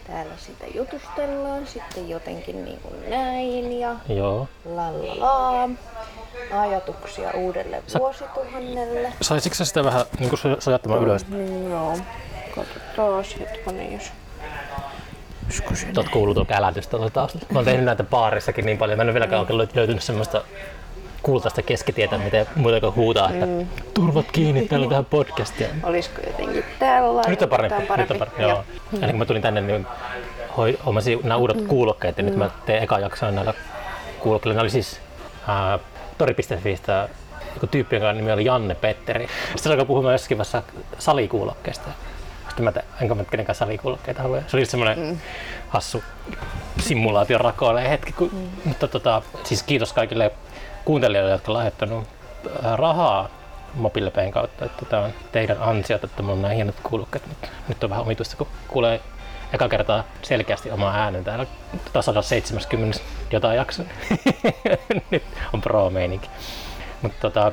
täällä sitä jutustellaan sitten jotenkin niin kuin näin ja Joo. lallalaa. Ajatuksia uudelle vuosituhannelle. Saisitko sä sitä vähän niin kuin sojattamaan ylös? Joo. Katsotaan hetkonen, jos... Sä oot kuullut tuon kälätystä tuolta taustalla. Mä oon tehnyt näitä baarissakin niin paljon. Mä en ole vieläkään oikein löytynyt semmoista kultaista keskitietä, miten muuta kuin huutaa, että turvat kiinni, täällä on tähän podcastia. Olisiko jotenkin tällainen? Nyt on parempi. Joo. Eli kun mä tulin tänne, niin hommasin nämä uudet kuulokkeet ja nyt mä teen eka jaksoa näillä kuulokkeilla. Ne oli siis tori.fiistä joku tyyppi, jonka nimi oli Janne Petteri. Sitten alkoi puhumaan jossakin vaiheessa salikuulokkeesta. Sitten enkä mä kenenkään salikuulokkeita halua. Se oli semmoinen hassu simulaatio rakoilee hetki. Mutta siis kiitos kaikille kuuntelijoille, jotka on lahjoittanut rahaa MobilePayn kautta. Että tämä on teidän ansiota, että mulla on nämä hienot kuulokkeet. Mutta nyt on vähän omituista, kun kuulee eka kertaa selkeästi omaa äänen täällä 170 jotain jakson. Nyt on pro-meininki. Mutta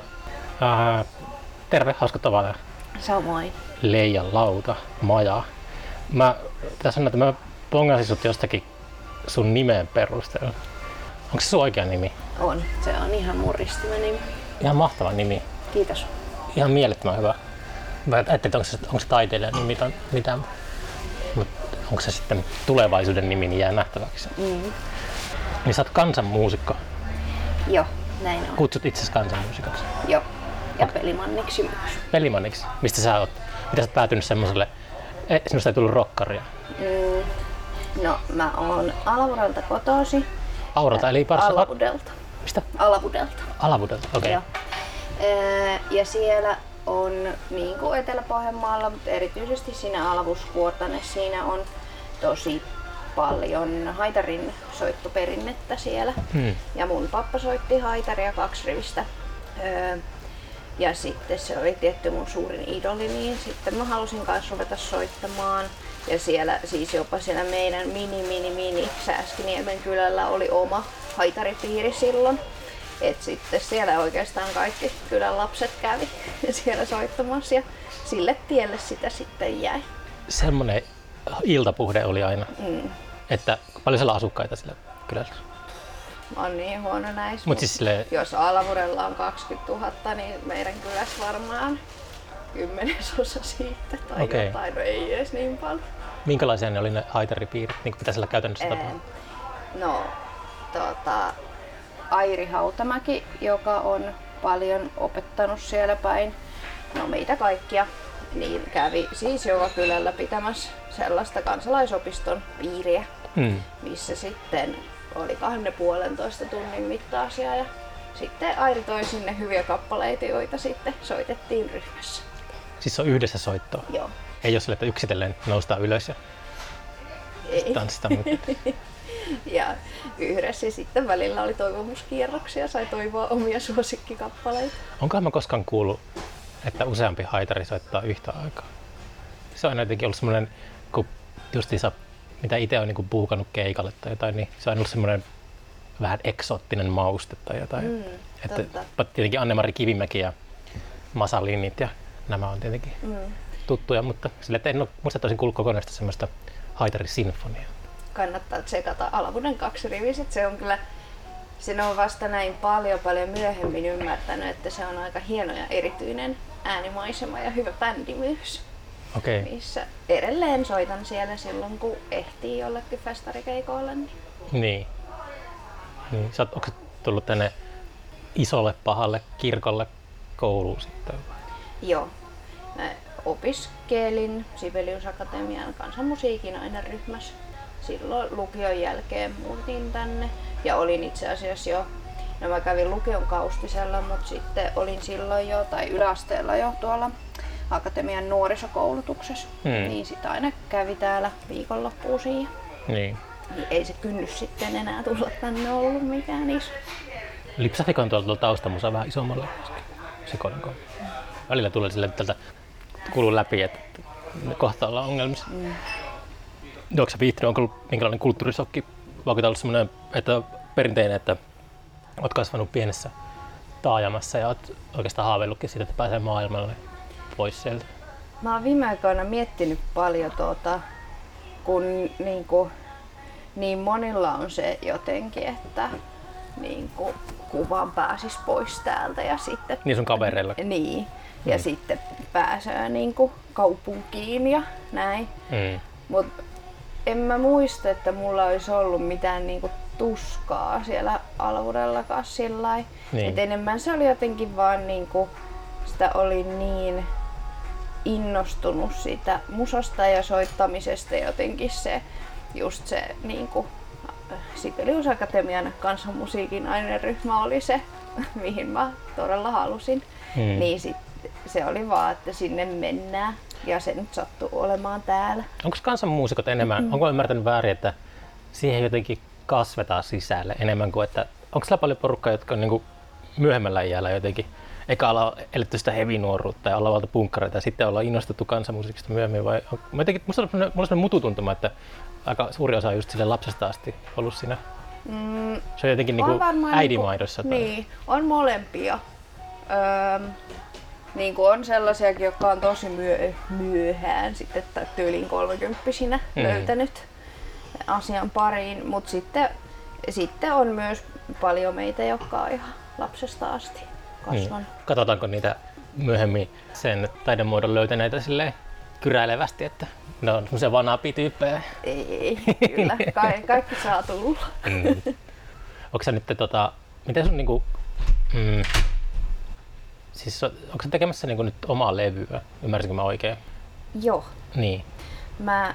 terve, hauska tavata. Samoin. Leijan lauta, Maja. Tässä on, että mä pongasin sut jostakin sun nimen perusteella. Onko se sun oikea nimi? On. Se on ihan muristima nimi. Ihan mahtava nimi. Kiitos. Ihan mielettömän hyvä. Mä ajattelin, että onko se taiteilijan nimi tai mitään. Mutta onko se sitten tulevaisuuden nimi, niin jää nähtäväksi. Niin sä oot kansanmuusikko. Joo, näin on. Kutsut itsesi kansanmuusikoksi. Joo. Ja pelimanniksi myös. Pelimanniksi? Mistä sä oot? Mitä sä oot päätynyt semmoselle? Sinusta ei tullut rockaria. No, mä oon Alavudelta kotoisin. Auralta eli Alavudelta. Mistä? Alavudelta. Alavudelta, okei. Okay. Ja siellä on niin kuin Etelä-Pohjanmaalla, mutta erityisesti siinä Alavusvuortane, siinä on tosi paljon haitarin soittoperinnettä siellä. Ja mun pappa soitti haitaria 2-rivistä. Ja sitten se oli tietty mun suurin idoli, niin sitten mä halusin kanssa ruveta soittamaan. Ja siellä, siis jopa siellä meidän mini Sääskiniemen kylällä oli oma haitaripiiri silloin. Et sitten siellä oikeastaan kaikki kylän lapset kävi siellä soittamassa ja sille tielle sitä sitten jäi. Semmoinen iltapuhde oli aina, että paljon siellä asukkaita sillä kylällä? On niin huono näissä, Siis jos Alavudella on 20 000, niin meidän kylässä varmaan 10% siitä tai jotain, no ei edes niin paljon. Minkälaisia ne oli ne haitaripiirit, niin kuin mitä siellä käytännössä tapahtuu? No, Airi Hautamäki, joka on paljon opettanut siellä päin, no meitä kaikkia, niin kävi siis joka kylällä pitämässä sellaista kansalaisopiston piiriä, missä sitten oli 2,5 tunnin mittaisia ja sitten Airi toi sinne hyviä kappaleita, joita sitten soitettiin ryhmässä. Siis se on yhdessä soittoa? Joo. Ei ole sille, että yksitellen noustaan ylös ja tanssitaan. Ja yhdessä sitten välillä oli toivomuskierroksia, sai toivoa omia suosikkikappaleita. Onkohan mä koskaan kuullut, että useampi haitari soittaa yhtä aikaa? Se on jotenkin ollut semmoinen, kun justiinsa mitä itse on niin puukannut keikalle tai jotain, niin se on ollut semmoinen vähän eksoottinen mauste tai jotain. Että tietenkin Anne-Mari Kivimäki ja Masa Linnit ja nämä on tietenkin tuttuja, mutta sille, että en ole muista, että olisin kuullut kokonaista semmoista haitarisinfoniaa. Kannattaa tsekata Alavuden 2-riviset. Se on vasta näin paljon myöhemmin ymmärtänyt, että se on aika hieno ja erityinen äänimaisema ja hyvä bändi myös. Okay. Missä edelleen soitan siellä silloin, kun ehtii jollekin festarikeikoille. Niin. Onko tullut tänne isolle pahalle kirkolle kouluun sitten? Joo. Mä opiskelin Sibelius Akatemian kansanmusiikin aineryhmässä. Silloin lukion jälkeen muutin tänne ja olin itse asiassa jo, mä kävin lukion Kaustisella, mutta sitten olin silloin jo, tai yläasteella jo tuolla Akatemian nuorisokoulutuksessa, niin sitä aina kävi täällä viikonloppuisin. Niin ei se kynnys sitten enää tulla tänne ollut mikään iso. Lipsafika on tuolta taustamusa vähän isommalle sekoinko. Välillä tulee sille tältä kuuluu läpi, että kohta ollaan ongelmissa. Onko sä viihtynyt, onko ollut minkälainen kulttuurisokki? Vai onko ollut semmoinen, että perinteinen, että oot kasvanut pienessä taajamassa ja oot oikeastaan haaveillutkin siitä, että pääsee maailmalle pois sieltä? Mä oon viime aikoina miettinyt paljon kun niinku, niin monilla on se jotenkin, että niinku, kuvan pääsis pois täältä ja sitten... Niin sun kavereilla. Niin. Ja sitten pääsee niinku kaupunkiin ja näin. Mut en mä muista, että mulla olisi ollut mitään niinku tuskaa siellä Alvurellakaan sillai. Niin. Et enemmän se oli jotenkin vaan niinku, sitä oli niin innostunut siitä musasta ja soittamisesta jotenkin se, just se niinku, Sibelius Akatemian kansanmusiikin aineryhmä oli se, mihin mä todella halusin. Niin sit se oli vaan, että sinne mennään ja se nyt sattuu olemaan täällä. Onko kansanmuusikot enemmän, onko ymmärtänyt väärin, että siihen jotenkin kasvetaan sisälle enemmän kuin, että onko siellä paljon porukkaa, jotka on niinku myöhemmällä iällä jotenkin eikä olla eletty sitä hevinuoruutta ja olla valta punkkareita ja sitten olla innostettu kansanmusiikista myöhemmin vai musta on sellainen mututuntuma, että aika suuri osa on just sille lapsesta asti ollut siinä. Se on jotenkin niinku äidinmaidossa. Niin, on molempia. Niin kuin on sellaisiakin, jotka on tosi myöhään sitten tyyliin 30-vuotiaana löytänyt asian pariin, mutta sitten on myös paljon meitä, jotka on ihan lapsesta asti kasvanut. Katsotaanko niitä myöhemmin sen taidemuodon löytäneitä silleen kyräilevästi, että ne on semmoisia vanapityyppejä? Ei, kyllä. Kaikki saa tulla. Onko sä nyt miten sun niinku... Siis onko sä tekemässä niinku nyt omaa levyä? Ymmärsinkö mä oikein? Joo. Niin. Mä,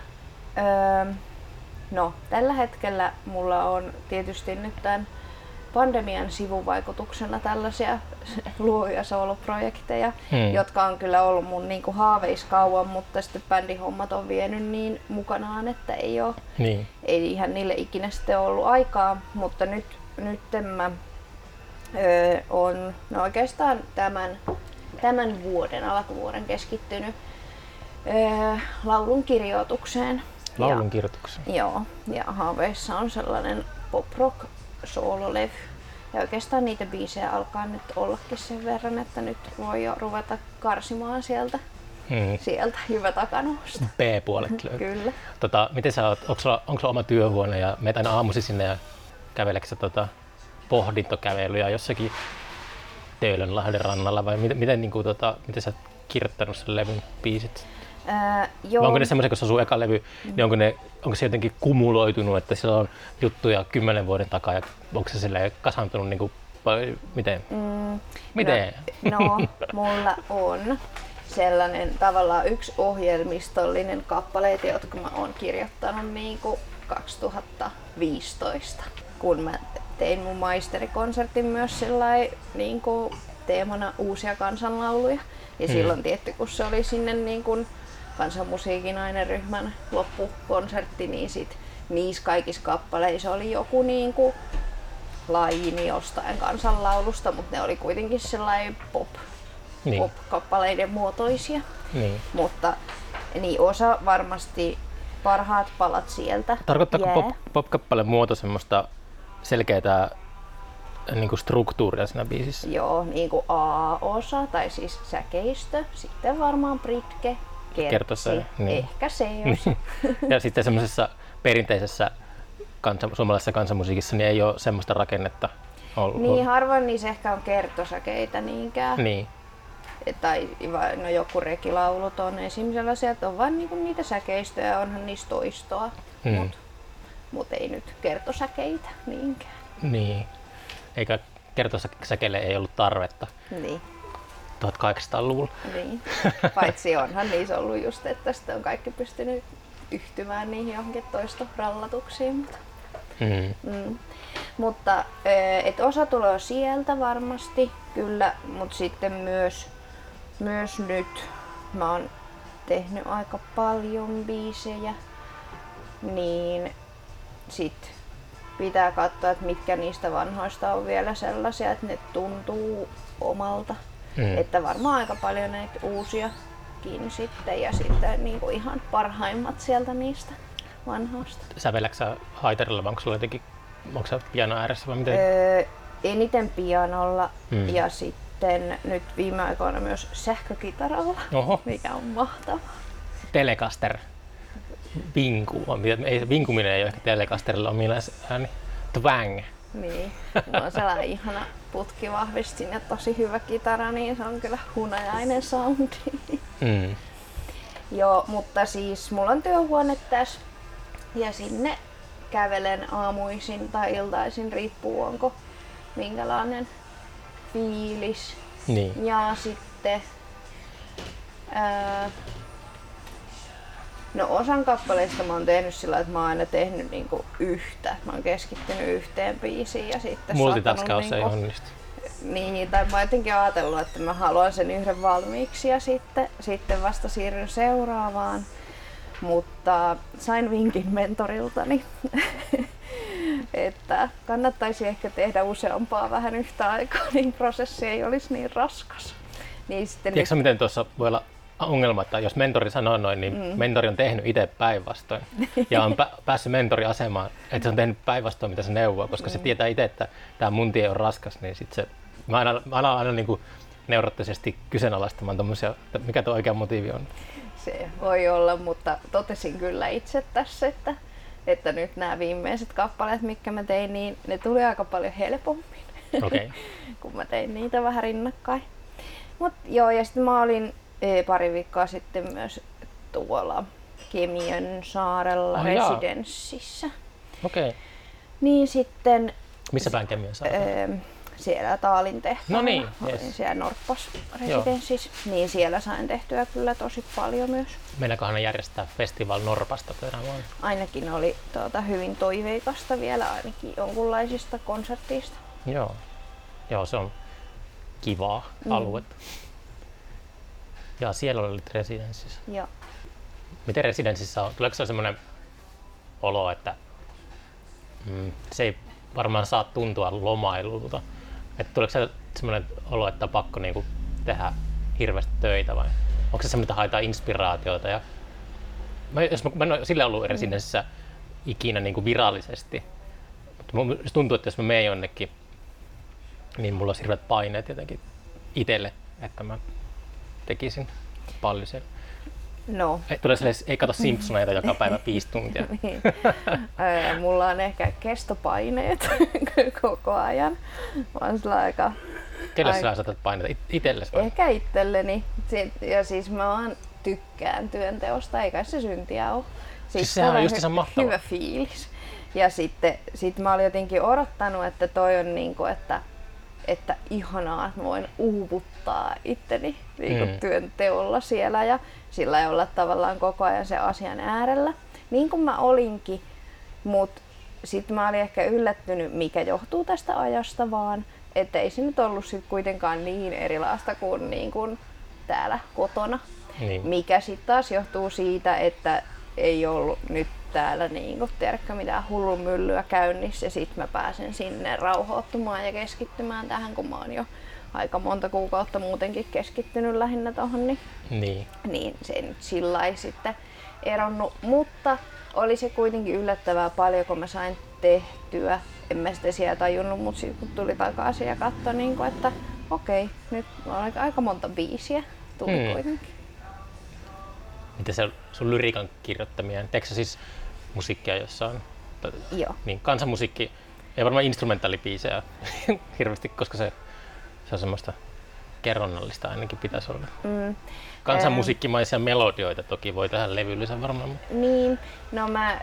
tällä hetkellä mulla on tietysti nyt tämän pandemian sivuvaikutuksena tällaisia luovia sooloprojekteja, jotka on kyllä ollut mun niinku haaveissa kauan, mutta sitten bändihommat on vienyt niin mukanaan, että ei ihan niille ikinä sitten ollut aikaa, mutta nyt mä on oikeastaan tämän vuoden, alkuvuoden keskittynyt laulun kirjoitukseen. Laulun kirjoitukseen? Joo, ja haaveissa on sellainen pop-rock soololevy. Ja oikeastaan niitä biisejä alkaa nyt ollakin sen verran, että nyt voi jo ruveta karsimaan sieltä hyvä takanoosta. B-puolet löytyy. Kyllä. Miten sä oot, onko sulla oma työhuone ja meet aina aamuisin sinne ja käveleekö sä pohdintokävelyjä jossakin Töölönlahden rannalla vai miten sä oot kirjoittanut sen levyn biisit? Joo. Vai onko ne semmoisia, kun se on sun eka levy, niin onko se jotenkin kumuloitunut, että siellä on juttuja 10 vuoden takaa ja onko se silleen kasantunut niinku, miten? Miten? No, mulla on sellainen tavallaan yksi ohjelmistollinen kappaleita, jotka mä oon kirjoittanut niinku 2015, kun mä tein mun maisterikonsertin myös niinku teemana uusia kansanlauluja. Ja silloin tietty, kun se oli sinne niin kuin kansanmusiikin aineryhmän loppukonsertti, niin sit niissä kaikissa kappaleissa oli joku niin kuin laini jostain kansanlaulusta, mutta ne oli kuitenkin sellainen pop-kappaleiden muotoisia. Niin. Mutta niin osa varmasti parhaat palat sieltä. Tarkoittaako pop-kappaleen muoto semmoista selkeää niinku struktuuria siinä biisissä? Joo, niinku A-osa tai siis säkeistö, sitten varmaan britke, kertsi, ehkä C-osa. Ja sitten semmoisessa perinteisessä suomalaisessa kansanmusiikissa niin ei ole semmoista rakennetta ollut. Niin, harvoin niissä ehkä on kertosäkeitä niinkään. Niin. Tai joku rekilaulut on esim. Sellaisia, että on vaan niinku niitä säkeistöjä, onhan niissä toistoa, mut ei nyt kertosäkeitä niinkään. Niin. Eikä kertosäkeelle ei ollut tarvetta. Niin. 1800-luvulla. Niin. Paitsi onhan niissä ollut just, että sitten on kaikki pystynyt yhtymään niihin johonkin toistorallatuksiin. Mutta et osa tulee sieltä varmasti, kyllä, mutta sitten myös nyt mä oon tehnyt aika paljon biisejä, niin sit pitää katsoa, että mitkä niistä vanhoista on vielä sellaisia, että ne tuntuu omalta. Että varmaan aika paljon näitä uusiakin sitten ja sitten niinku ihan parhaimmat sieltä niistä vanhoista. Sävelläksä sä haitarilla vai onko sulla jotenkin, onko sä piano ääressä vai miten? Eniten pianolla ja sitten nyt viime aikoina myös sähkökitaralla, mikä on mahtava. Telecaster vinkuu, ei, vinkuminen ei ole ehkä Telecasterilla ominaisääni. Twang. Niin, mulla on sellainen ihana putkivahvistin ja tosi hyvä kitara, niin se on kyllä hunajainen soundi. Mm. Joo, mutta siis mulla on työhuone tässä ja sinne kävelen aamuisin tai iltaisin, riippuu onko minkälainen fiilis. Niin. Ja sitten no osan kappaleista mä oon tehnyt sillä, että mä oon aina tehnyt niinku yhtä. Mä oon keskittynyt yhteen biisiin ja sitten multitaskaus ei niinku, onnistu. niin, tai mä oon jotenkin ajatellut, että mä haluan sen yhden valmiiksi ja sitten vasta siirryn seuraavaan. Mutta sain vinkin mentoriltani, että kannattaisi ehkä tehdä useampaa vähän yhtä aikaa, niin prosessi ei olisi niin raskas. Niin sitten tiedätkö miten tuossa voi olla ongelma, että jos mentori sanoo noin, niin mentori on tehnyt itse päinvastoin. Ja on päässyt mentoriasemaan, että se on tehnyt päinvastoin, mitä se neuvoo, koska se tietää itse, että tämä mun tie on raskas, niin sit se, mä aina niin kuin neuroottisesti kyseenalaistamaan tommosia, että mikä tuo oikea motiivi on. Se voi olla, mutta totesin kyllä itse tässä, että nyt nämä viimeiset kappaleet, mitkä mä tein, niin ne tuli aika paljon helpommin, Okay. kun mä tein niitä vähän rinnakkain. Mut joo, ja sitten mä olin pari viikkoa sitten myös tuolla Kemiön saarella residenssissä. Okei. Niin sitten Missä päin Kemiön saarella? siellä Taalin tehtaalla. No niin, olin yes. siellä Norppas residenssissä, niin siellä sain tehtyä kyllä tosi paljon myös. Meinaankohan ne järjestää Festival Norpasta tänä vuonna? Ainakin oli hyvin toiveikasta vielä ainakin jonkunlaisista konsertista. Joo, se on kivaa aluetta. Ja siellä olit residenssissä. Joo. Miten residenssissä on? Tuleeko se semmoinen olo, että se ei varmaan saa tuntua lomailulta? Että tuleeko se semmoinen olo, että on pakko niinku tehdä hirveästi töitä vai onko se semmoinen, että haetaan inspiraatioita? Ja mä en ole sillä ollut residenssissä ikinä niinku virallisesti, mutta tuntuu, että jos mä menen jonnekin, niin mulla olisi hirveät paineet jotenkin itselle, että mä tekisin paljon siellä. No. Ei kato Simpsoneita joka päivä 5 tuntia. Niin. Mulla on ehkä kestopaineet koko ajan. Mä oon sillä aika... Kelle sä asetat paineita? Itsellesi vai? Ehkä itselleni. Ja siis mä vaan tykkään työnteosta, eikä se syntiä ole. Siis sehän on just mahtavaa. Hyvä fiilis. Ja sitten mä olin jotenkin odottanut, että toi on niinku, että ihanaa, että mä voin uuvuttaa itteni niinku työnteolla siellä ja sillä ei olla tavallaan koko ajan se asian äärellä. Niin kuin mä olinkin, mutta sitten mä olin ehkä yllättynyt, mikä johtuu tästä ajasta vaan, että ei se nyt ollut sit kuitenkaan niin erilaista kuin, niin kuin täällä kotona. Niin. Mikä sitten taas johtuu siitä, että ei ollut nyt täällä niinku, tiedätkö, mitään hullun myllyä käynnissä ja sit mä pääsen sinne rauhoittumaan ja keskittymään tähän, kun mä oon jo aika monta kuukautta muutenkin keskittynyt lähinnä tohon, niin se ei nyt sillä lailla sitten eronnut, mutta oli se kuitenkin yllättävää paljon, kun mä sain tehtyä. En mä sitä siellä tajunnut, mutta sitten kun tuli takaisin ja katsoi, niin että okei, nyt on aika monta biisiä tuli kuitenkin. Miten se sun lyriikan kirjoittaminen? Teekö sä siis musiikkia, jossa on niin, kansanmusiikki, ei varmaan instrumentaalibiisejä hirveästi, koska se on semmoista kerronnallista ainakin pitäisi olla. Kansanmusiikkimaisia melodioita toki voi tehdä levyllisen varmaan. Niin, no mä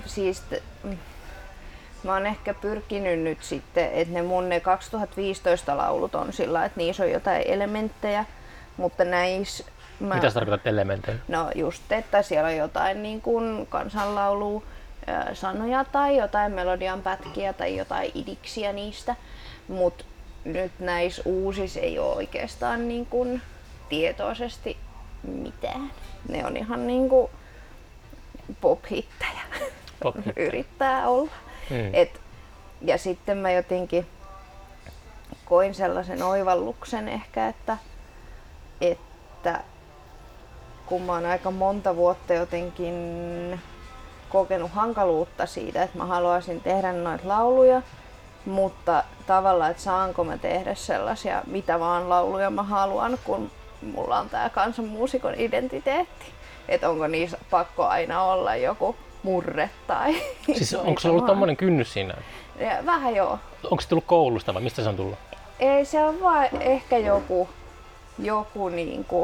oon ehkä pyrkinyt nyt sitten, että ne 2015 laulut on sillä, että niissä on jotain elementtejä, mutta näissä mitä sä tarkoitat elementtejä? No just, että siellä on jotain niin kuin kansanlaulu sanoja tai jotain melodian pätkiä tai jotain idiksiä niistä, mutta nyt näissä uusissa ei ole oikeastaan niin kuin tietoisesti mitään. Ne on ihan niin kuin pop-hittejä. Yrittää olla. Ja sitten mä jotenkin koin sellaisen oivalluksen ehkä, että kun mä oon aika monta vuotta jotenkin kokenut hankaluutta siitä, että mä haluaisin tehdä noita lauluja, mutta tavallaan, että saanko mä tehdä sellaisia mitä vaan lauluja mä haluan, kun mulla on tää kansanmuusikon identiteetti. että onko niissä pakko aina olla joku murre tai... Siis onko se ollut tommonen kynnys siinä? Ja, vähän joo. Onko se tullut koulusta vai mistä se on tullut? Ei, se on vaan ehkä joku niinku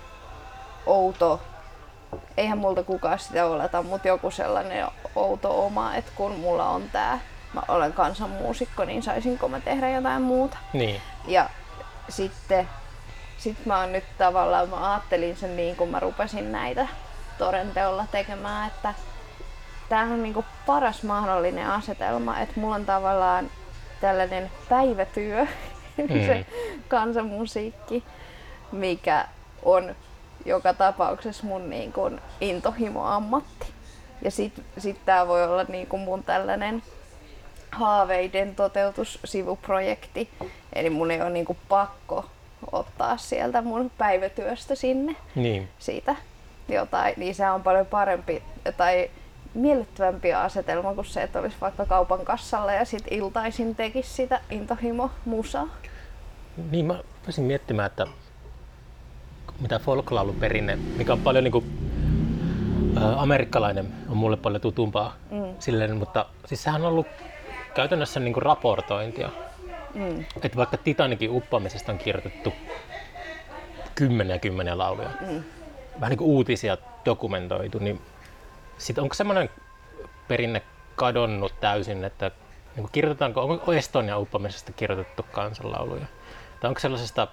outo, eihän multa kukaan sitä oleta, mutta joku sellainen outo oma, että kun mulla on mä olen kansanmuusikko, niin saisinko mä tehdä jotain muuta. Niin. Ja sitten mä oon nyt tavallaan, mä ajattelin sen niin kun mä rupesin näitä todenteolla tekemään, että tämähän on niinku paras mahdollinen asetelma, että mulla on tavallaan tällainen päivätyö, se kansanmusiikki, mikä on joka tapauksessa mun niin kuin intohimo-ammatti. Ja sit tää voi olla niin kuin mun tällainen haaveiden toteutussivuprojekti. Eli mun ei ole niin kuin pakko ottaa sieltä mun päivätyöstä sinne siitä jotain. Niin se on paljon parempi tai miellyttävämpi asetelma kuin se, että olisi vaikka kaupan kassalla ja sit iltaisin tekisi sitä intohimo-musaa. Niin, mä pääsin miettimään, että mitä folklauluperinne, mikä on paljon niinku, amerikkalainen, on mulle paljon tutumpaa silleen, mutta siis sehän on ollut käytännössä niinku raportointia. Että vaikka Titanicin uppoamisesta on kirjoitettu kymmeniä lauluja, vähän niin kuin uutisia dokumentoitu, niin sit onko semmoinen perinne kadonnut täysin, että niin onko Estonian uppoamisesta kirjoitettu kansanlauluja? Tai onko sellaisesta,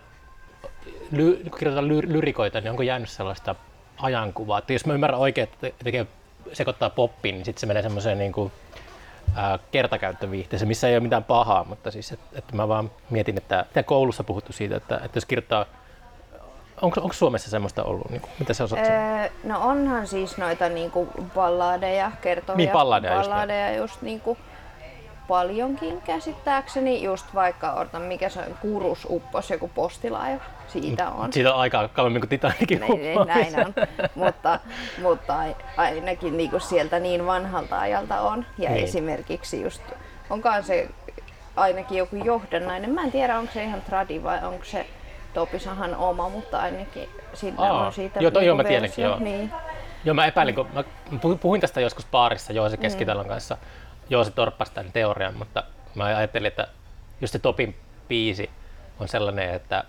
kun kirjoitetaan lyrikoita, niin onko jäänyt sellaista ajankuvaa? Että jos mä ymmärrän oikein, että sekoittaa poppiin, niin sitten se menee semmoiseen niin kuin, kertakäyttöviihteeseen, missä ei ole mitään pahaa, mutta siis, että mä vaan mietin, että koulussa puhuttu siitä, että jos kirjoittaa, onko Suomessa semmoista ollut? Niin kuin, mitä se osaat sanoa? No onhan siis noita niinku balladeja, kertovia balladeja just niinku paljonkin käsittääkseni, just vaikka, mikä se on, Kurus uppos, joku postilaiva, siitä on. Siitä on aikaa kauemmin kuin Titanicin uppoamisen. Näin on, mutta ainakin niinku sieltä niin vanhalta ajalta on. Ja esimerkiksi just, onkaan se ainakin joku johdannainen, mä en tiedä onko se ihan tradi vai onko se Topisahan oma, mutta ainakin siinä on siitä joo, mä tiedänkin, joo. Niin. Joo, mä epäilin, kun mä puhuin tästä joskus baarissa Joose Keskitalon kanssa. Joose torppasi tämän teorian, mutta mä ajattelin, että just se Topin biisi on sellainen, että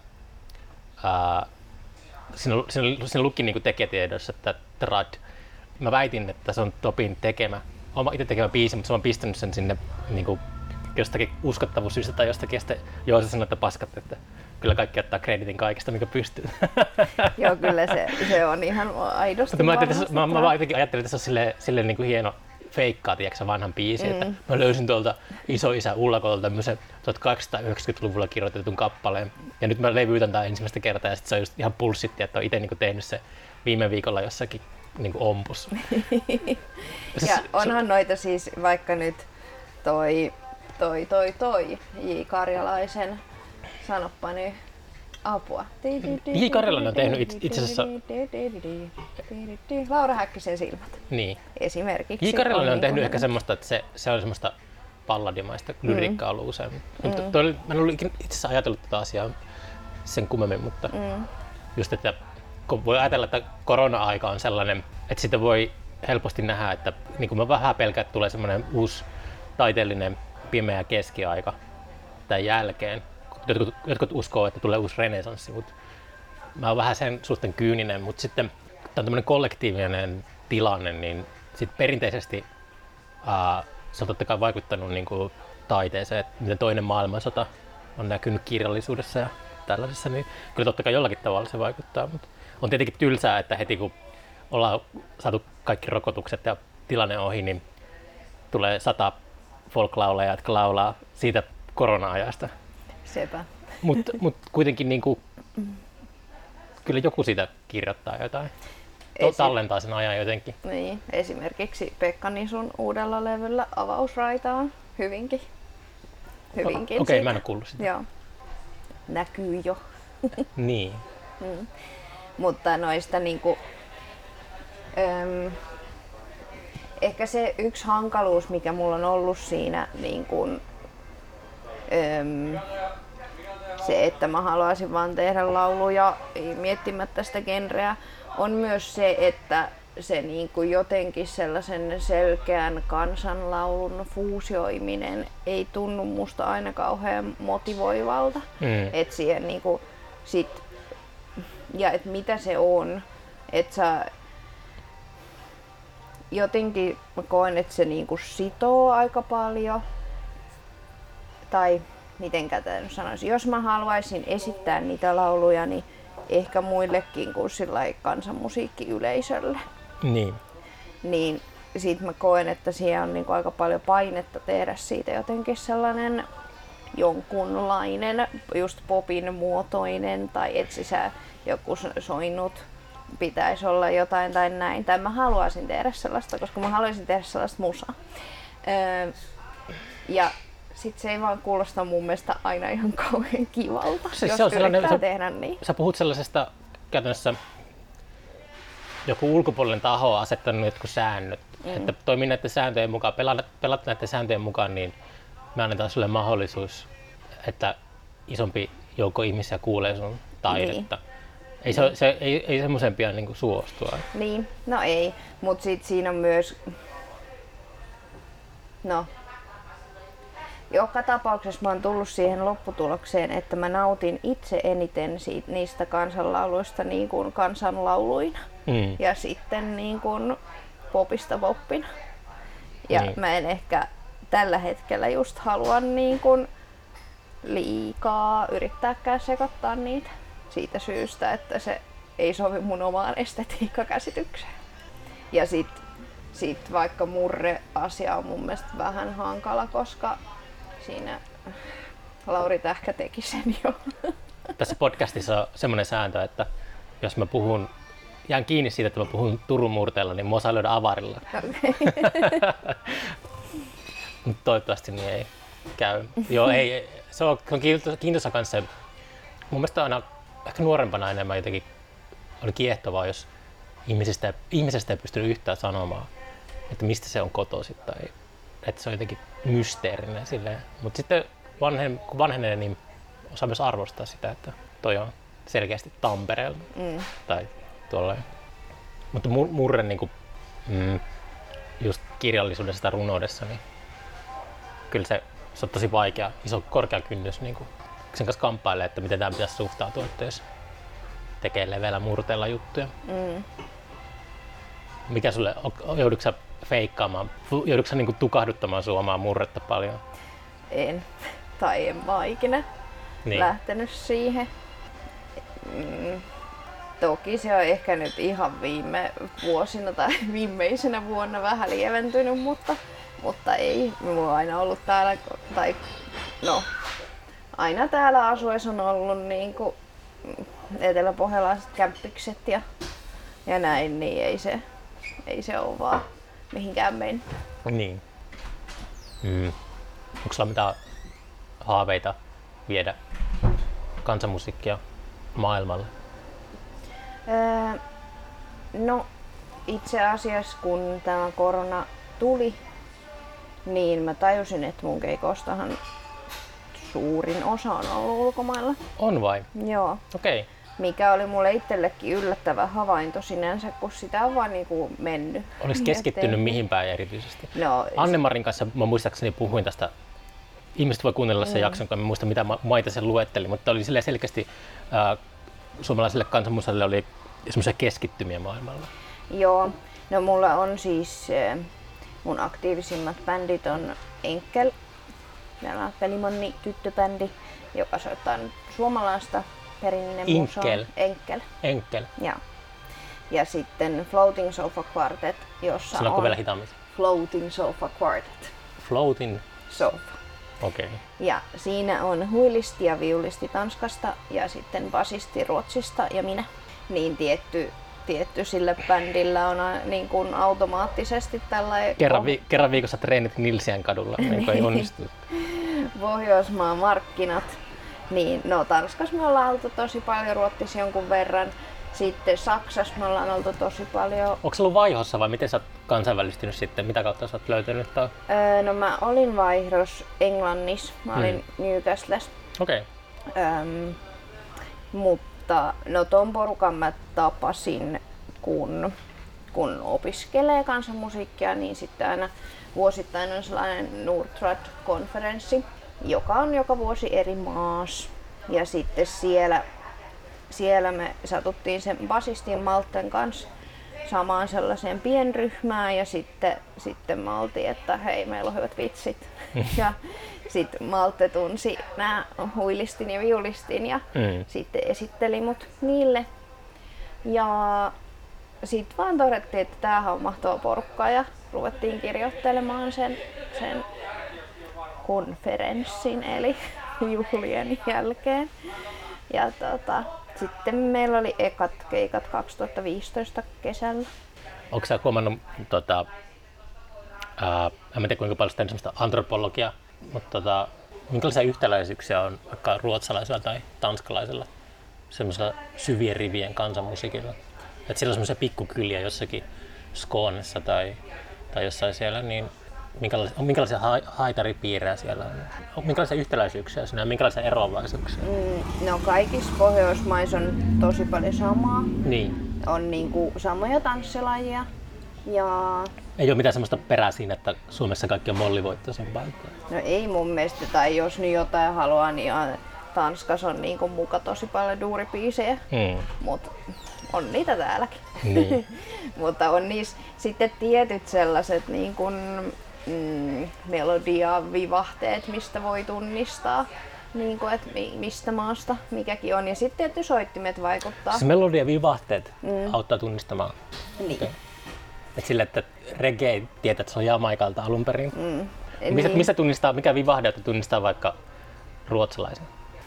siinä luki niin kuin tekijätiedossa, että trad. Mä väitin, että se on Topin tekemä, itse tekemä biisi, mutta se on pistänyt sen sinne niin kuin jostakin uskottavuussyistä tai jostakin, ja sitten Joose sanoi, että paskat, että kyllä kaikki ottaa kreditin kaikesta, mikä pystyy. Joo, kyllä se on ihan aidosti. Mä vaan jotenkin ajattelin, että se on silleen niin kuin hieno feikkaa, tiedätkö, vanhan biisin, että mä löysin tuolta isoisä Ullakolta tämmöisen 1890-luvulla kirjoitetun kappaleen, ja nyt mä levyytän tämän ensimmäistä kertaa, ja sitten se on just ihan pulssitti, että on itse niin tehnyt se viime viikolla jossakin niin ompus. Ja onhan noita siis vaikka nyt toi J. Karjalaisen, sanoppa nyt apua. J. Karjalainen on tehnyt itse asiassa Laura Häkkösen silmät. Niin. Esimerkiksi. J. Karjalainen on tehnyt ehkä semmoista, että se on semmoista palladimaista lyriikkaa ollut usein. Mä en ollut itse asiassa ajatellut tätä asiaa sen kummemmin, mutta just, että kun voi ajatella, että korona-aika on sellainen, että sitä voi helposti nähdä, että niin kuin mä vähän pelkään, että tulee semmoinen uusi taiteellinen pimeä keskiaika tämän jälkeen. Jotkut uskoo, että tulee uusi renesanssi, mutta mä oon vähän sen suhteen kyyninen, mutta sitten tämä on tämmöinen kollektiivinen tilanne, niin sitten perinteisesti se on totta kai vaikuttanut niin kuin taiteeseen, että miten toinen maailmansota on näkynyt kirjallisuudessa ja tällaisessa, niin kyllä totta kai jollakin tavalla se vaikuttaa, mutta on tietenkin tylsää, että heti kun ollaan saatu kaikki rokotukset ja tilanne ohi, niin tulee 100 folklaulajaa, jotka laulaa siitä korona-ajasta. Sepä. Mut kuitenkin niinku, kyllä joku siitä kirjoittaa jotain. Tallentaa sen ajan jotenkin. Niin, esimerkiksi Pekka Nisun uudella levyllä Avausraita on hyvinkin Okei, mä en ole kuullut sitä. Joo. Näkyy jo. Niin. Mutta noista niinku, ehkä se yksi hankaluus, mikä mulla on ollut siinä niin kun, se, että mä haluaisin vaan tehdä lauluja miettimättä sitä genreä, on myös se, että se niinku jotenkin sellaisen selkeän kansanlaulun fuusioiminen ei tunnu musta aina kauhean motivoivalta. Et siihen niinku ja et mitä se on, että sä jotenkin mä koen, että se niinku sitoo aika paljon. Tai mitenkä tämän sanoisin, jos mä haluaisin esittää niitä lauluja, niin ehkä muillekin kuin sillai kansanmusiikkiyleisölle. Niin sit mä koen, että siellä on niinku aika paljon painetta tehdä siitä jotenkin sellainen jonkunlainen, just popin muotoinen, tai et sisä joku soinut pitäisi olla jotain tai näin. Tai mä haluaisin tehdä sellaista, koska mä haluaisin tehdä sellaista musaa. Ja sit se ei vaan kuulosta mun mielestä aina ihan kauhean kivalta, jos se on yrittää tehdä niin. Sä puhut sellaisesta käytännössä joku ulkopuolinen taho on asettanut jotkut säännöt, että toimii näiden sääntöjen mukaan, pelat näiden sääntöjen mukaan, niin me annetaan sulle mahdollisuus, että isompi joukko ihmisiä kuulee sun taidetta. Niin. Ei semmoisen pian niin suostua. Niin, no ei, mutta sit siinä on myös, joka tapauksessa mä oon tullut siihen lopputulokseen, että mä nautin itse eniten niistä kansanlauluista niin kuin kansanlauluina ja sitten niin kuin popista poppina. Ja mä en ehkä tällä hetkellä just halua niin kuin liikaa yrittääkään sekoittaa niitä siitä syystä, että se ei sovi mun omaan estetiikkakäsitykseen. Ja sit vaikka murre-asia on mun mielestä vähän hankala, koska siinä Lauri Tähkä teki sen jo. Tässä podcastissa on semmoinen sääntö, että jos mä jään kiinni siitä, että mä puhun Turun murteella, niin mua saa löydä avarilla. Okay. Toivottavasti niin ei käy. Joo, se on kiintoisa kanssa. Mun mielestä aina ehkä nuorempana enemmän jotenkin oli kiehtovaa, jos ihmisestä ei pystynyt yhtään sanomaan, että mistä se on kotoisin tai että se on jotenkin mysteerinen silleen. Mutta sitten kun vanhenee, niin osaa myös arvostaa sitä, että toi on selkeästi Tampereella tai tuollainen. Mutta murre niin kuin, just kirjallisuudessa tai runoudessa, niin kyllä se on tosi vaikea, korkea kynnys niin kuin sen kanssa kamppailee, että miten tämä pitäisi suhtautua, että jos tekee leveällä murteella juttuja. Mikä sulle, joudutko sä feikkaamaan, joudutko sä niinku tukahduttamaan sun omaa murretta paljon? En, tai en mä ikinä lähtenyt siihen. Toki se on ehkä nyt ihan viime vuosina tai viimeisenä vuonna vähän lieventynyt, mutta ei. Mulla on aina ollut täällä, aina täällä asuessa on ollut niinku eteläpohjalaiset kämppikset ja näin, niin ei se ole vaan mihinkään mennyt. Niin. Onko sulla mitään haaveita viedä kansanmusiikkia maailmalle? No itse asiassa kun tämä korona tuli, niin mä tajusin, että mun keikostahan suurin osa on ollut ulkomailla. On vai? Joo. Okei. Okay. Mikä oli mulle itsellekin yllättävä havainto sinänsä, kun sitä on vaan niinku mennyt. Oliko keskittynyt mihin päin erityisesti? No, Anne-Marin kanssa mä muistaakseni puhuin tästä. Ihmiset voi kuunnella sen jakson, kun en muista mitä maita sen luetteli, mutta oli selkeästi suomalaiselle kansanmusalle oli semmoisia keskittymiä maailmalla. Joo, no mulla on siis mun aktiivisimmat bändit on Enkel, meillä on Pelimonni tyttöbändi, joka soittaa nyt suomalaista perinne musaa. Enkel. Ja sitten Floating Sofa Quartet, jossa sanonko on vielä hitaammin? Floating Sofa Quartet. Floating Sofa. Okei. Okay. Ja siinä on huilisti ja viulisti Tanskasta ja sitten basisti Ruotsista ja minä. Niin tietty sillä bändillä on niin kuin automaattisesti tällainen kerran viikossa treenit Nilsiän kadulla, niin kuin ei onnistu. Pohjoismaan markkinat. Niin, no Tanskassa me ollaan oltu tosi paljon, Ruotsissa jonkun verran. Sitten Saksassa me ollaan oltu tosi paljon. Onko se ollut vaihossa vai miten sä oot kansainvälistynyt sitten? Mitä kautta sä oot löytänyt? No mä olin vaihdos Englannissa. Mä olin Newcastlessa. Okei. Okay. Mutta no ton porukan mä tapasin kun opiskelee kansanmusiikkia, niin sitten aina vuosittain on sellainen Nortrad-konferenssi, joka on joka vuosi eri maassa. Ja sitten siellä me satuttiin sen basistin Malten kanssa samaan sellaiseen pienryhmään ja sitten me oltiin, että hei, meillä on hyvät vitsit. Ja sitten Malte tunsi nämä huilistin ja viulistin ja sitten esitteli mut niille. Ja sitten vaan todettiin, että tämähän on mahtava porukka ja ruvettiin kirjoittelemaan sen konferenssin eli juhlien jälkeen. Ja sitten meillä oli ekat keikat 2015 kesällä. Onko sä huomannut, en tiedä kuinka paljon sitä semmoista antropologiaa, mutta minkälaisia yhtäläisyyksiä on vaikka ruotsalaisella tai tanskalaisella semmoisella syvien rivien kansanmusiikilla? Että siellä on semmoisia pikkukyliä jossakin Skånessa tai jossain siellä, niin minkälaisia haitaripiirejä siellä on? Minkälaisia yhtäläisyyksiä siinä on? Minkälaisia eroavaisuuksia? No kaikissa Pohjoismaissa on tosi paljon samaa. Niin. On niinku samoja tanssilajia. Ja ei ole mitään semmoista perää siinä, että Suomessa kaikki on mollivoittoisempaa. No ei mun mielestä, tai jos nyt jotain haluaa, niin Tanskassa on niinku muka tosi paljon duuribiisejä. Mutta on niitä täälläkin. Niin. Mutta on niissä sitten tietyt sellaiset niin kuin, melodiavivahteet, mistä voi tunnistaa, niin kuin, että mistä maasta mikäkin on. Ja sitten tietysti soittimet vaikuttaa. Siis melodiavivahteet auttaa tunnistamaan? Niin. Okay. Et sille, että reggae tietää, että se on Jamaikalta alun perin. Mistä tunnistaa, mikä vivahde tunnistaa vaikka ruotsalaisen?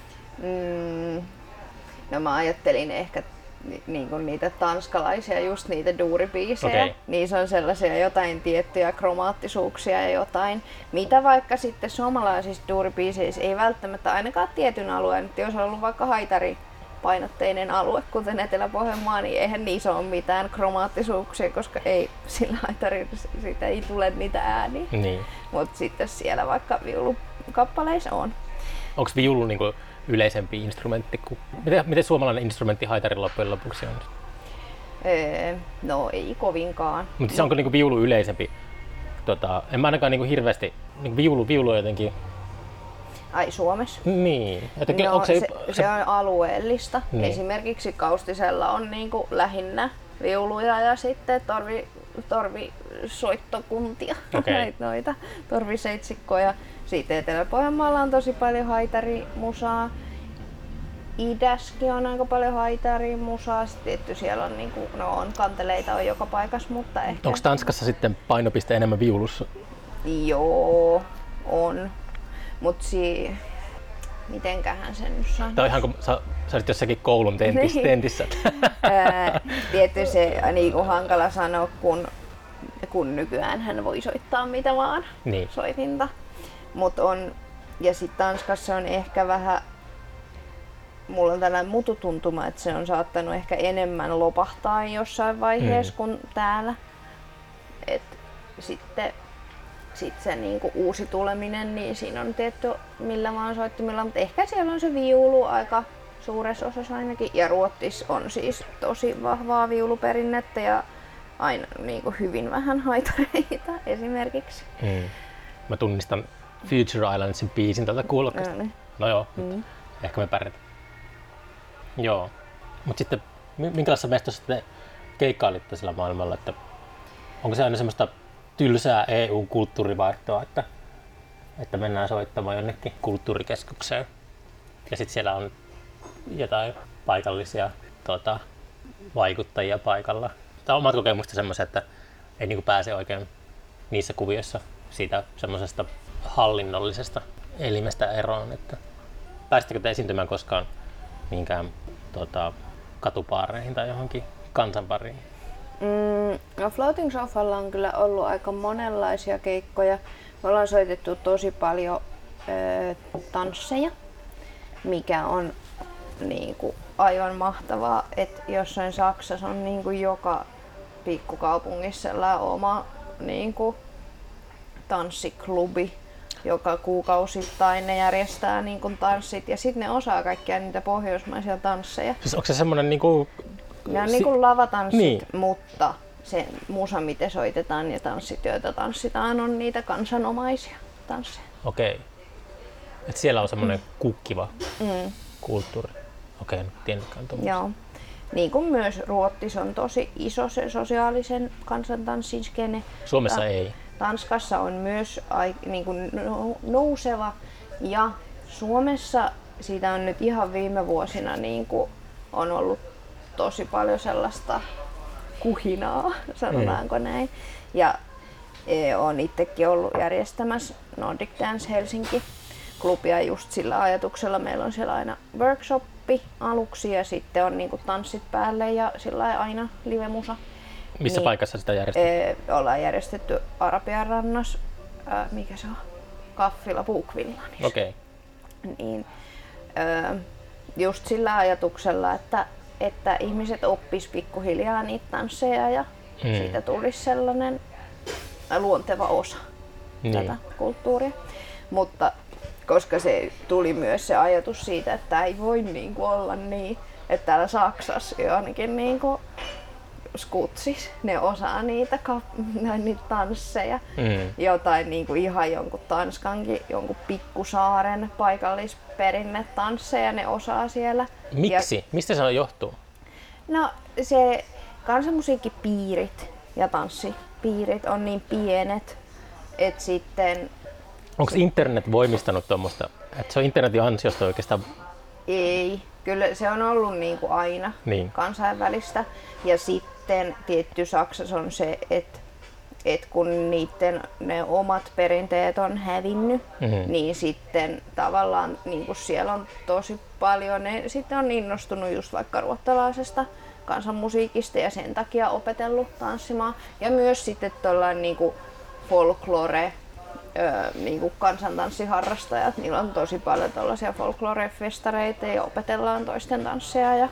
No mä ajattelin ehkä niinku niitä tanskalaisia, just niitä duuribiisejä. Okay. Niissä on sellaisia jotain tiettyjä kromaattisuuksia ja jotain, mitä vaikka sitten suomalaisissa duuribiiseissä ei välttämättä ainakaan tietyn alueen. Nyt jos on ollut vaikka haitaripainotteinen alue, kuten Etelä-Pohjanmaa, niin eihän niissä ole mitään kromaattisuuksia, koska ei sillä haitarilla siitä ei tule niitä ääniä. Niin. Mutta sitten siellä vaikka viulukappaleissa on. Onko viulu niinku yleisempi instrumentti? Miten suomalainen instrumentti haitarin loppujen lopuksi on? No ei kovinkaan. Mutta se onko niinku viulu yleisempi? En mä ainakaan niinku hirveästi, niinku viulu on jotenkin. Ai Suomessa? Niin. No, onko se on alueellista. Niin. Esimerkiksi Kaustisella on niinku lähinnä viuluja ja sitten torvisoittokuntia, okay. Noita torviseitsikkoja. Sitten Etelä-Pohjanmaalla on tosi paljon haitarimusaa. Idäskin on aika paljon haitarimusaa. Sitten tietty siellä on, on kanteleita on joka paikassa, mutta ehkä. Onko Tanskassa sitten painopiste enemmän viulussa? Joo, on. Mut mitenköhän sen nyt sanoisi? Tai ihan kun sä olit jossakin koulun tentissä. Tietysti se on hankala sanoa, kun nykyään hän voi soittaa mitä vaan soitinta. Mut on, ja sitten Tanskassa on ehkä vähän, mulla on tällainen mututuntuma, että se on saattanut ehkä enemmän lopahtaa jossain vaiheessa kuin täällä. Et sitten se niinku uusi tuleminen, niin siinä on tietty millä vaan soittimilla, mutta ehkä siellä on se viulu aika suuressa osassa ainakin. Ja Ruotsissa on siis tosi vahvaa viuluperinnettä ja aina niinku hyvin vähän haitareita esimerkiksi. Mä tunnistan Future Islandsin biisin tältä kuulokkeesta. No joo, ehkä me pärjätään. Joo, mutta sitten minkälaisessa mestossa te keikkailitte sillä maailmalla? Että onko se aina semmoista tylsää EU-kulttuurivaihtoa, että mennään soittamaan jonnekin kulttuurikeskukseen ja sitten siellä on jotain paikallisia vaikuttajia paikalla? Tämä on omat kokemusta semmoisia, että ei niinku pääse oikein niissä kuvioissa siitä semmoisesta hallinnollisesta elimestä eroon. Että pääsittekö te esiintymään koskaan mihinkään katupaareihin tai johonkin kansanpariin? No Floating Sofalla on kyllä ollut aika monenlaisia keikkoja. Me ollaan soitettu tosi paljon tansseja, mikä on niinku aivan mahtavaa, että jossain Saksassa on niinku joka pikkukaupungissa oma niinku tanssiklubi, joka kuukausittain ne järjestää niinku tanssit ja sitten ne osaa kaikkia niitä pohjoismaisia tansseja. Siis onko se semmoinen niinku Ne on niinku lavatanssit, Niin. mutta se musa, mitä soitetaan ja tanssit, joita tanssitaan, on niitä kansanomaisia tansseja. Okei. Et siellä on semmoinen kukkiva kulttuuri. Okei, en tiennytkään tuommoista. Joo. Niin kuin myös Ruotsissa on tosi iso se sosiaalisen kansantanssin skene. Suomessa ei. Tanskassa on myös niin kuin nouseva ja Suomessa siitä on nyt ihan viime vuosina niin kuin on ollut tosi paljon sellaista kuhinaa, sanotaanko näin. Ja olen itsekin ollut järjestämässä Nordic Dance Helsinki-klubia just sillä ajatuksella. Meillä on siellä aina workshoppi aluksi ja sitten on niin kuin tanssit päälle ja sillä aina livemusa. Missä paikassa sitä järjestetään? Ollaan järjestetty Arabian rannas, mikä se on? Kaffila Puukvillanissa. Okei. Niin, just sillä ajatuksella, että ihmiset oppis pikkuhiljaa niitä tansseja ja siitä tulisi sellainen luonteva osa tätä kulttuuria. Mutta koska se tuli myös se ajatus siitä, että ei voi niinku olla niin, että täällä Saksassa ainakin niinku skutsis, ne osaa niitä tansseja. Jotain niinku ihan jonkun Tanskankin, jonkun pikkusaaren paikallisperinnetansseja ne osaa siellä. Miksi? Mistä se johtuu? No se kansanmusiikkipiirit ja tanssipiirit on niin pienet, että sitten... Onko internet voimistanut tuommoista, että se on internetin ansiosta oikeastaan? Ei, kyllä se on ollut niin kuin aina kansainvälistä. Ja sitten tietty Saksassa on se, että kun niiden ne omat perinteet on hävinnyt, niin sitten tavallaan niin kuin siellä on tosi paljon, ne sitten on innostunut just vaikka ruottalaisesta kansanmusiikista ja sen takia opetellut tanssimaan. Ja myös sitten tuollainen niin kuin folklore, niin kuin kansantanssiharrastajat, niillä on tosi paljon tuollaisia folklore-festareita ja opetellaan toisten tansseja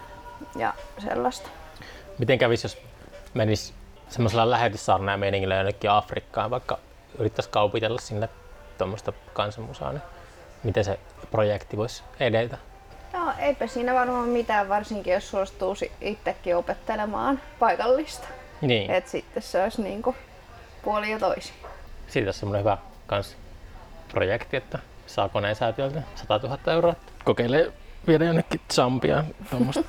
ja sellaista. Miten kävisi, jos menisi semmoisella lähetyssaarnaaja-meiningillä jonnekin Afrikkaan, vaikka yrittäisi kaupitella sinne tuommoista kansanmusaa, niin miten se projekti voisi edetä? No eipä siinä varmaan mitään, varsinkin jos suostuu itsekin opettelemaan paikallista. Niin. Et sitten se olisi niinku puoli ja toisin. Siitä on semmoinen hyvä projekti, että saa Koneen-säätiöltä 100 000 euroa. Kokeilee viedä jonnekin Zambiaan tuommoista.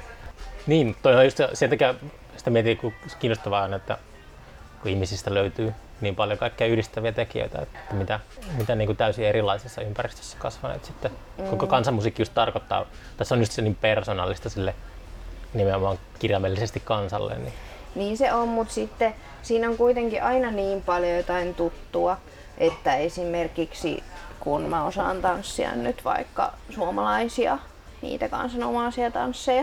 Niin, toi on just sen takia sitä mietin, kun kiinnostavaa on, että kun ihmisistä löytyy niin paljon kaikkia yhdistäviä tekijöitä, että mitä niin kuin täysin erilaisessa ympäristössä kasvaneet sitten. Koko kansanmusiikki just tarkoittaa, tässä on just se niin persoonallista sille nimenomaan kirjaimellisesti kansalle. Niin se on, mutta sitten siinä on kuitenkin aina niin paljon jotain tuttua, että esimerkiksi kun mä osaan tanssia nyt vaikka suomalaisia, niitä kansanomaisia tansseja,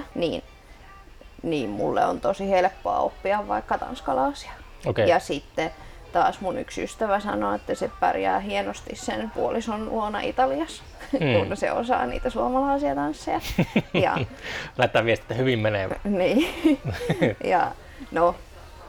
niin mulle on tosi helppoa oppia vaikka tanskalaisia. Okay. Ja sitten taas mun yksi ystävä sanoi, että se pärjää hienosti sen puolison luona Italiassa, kun se osaa niitä suomalaisia tansseja. Ja laittaa viestiä, että hyvin menee. Niin. Ja no,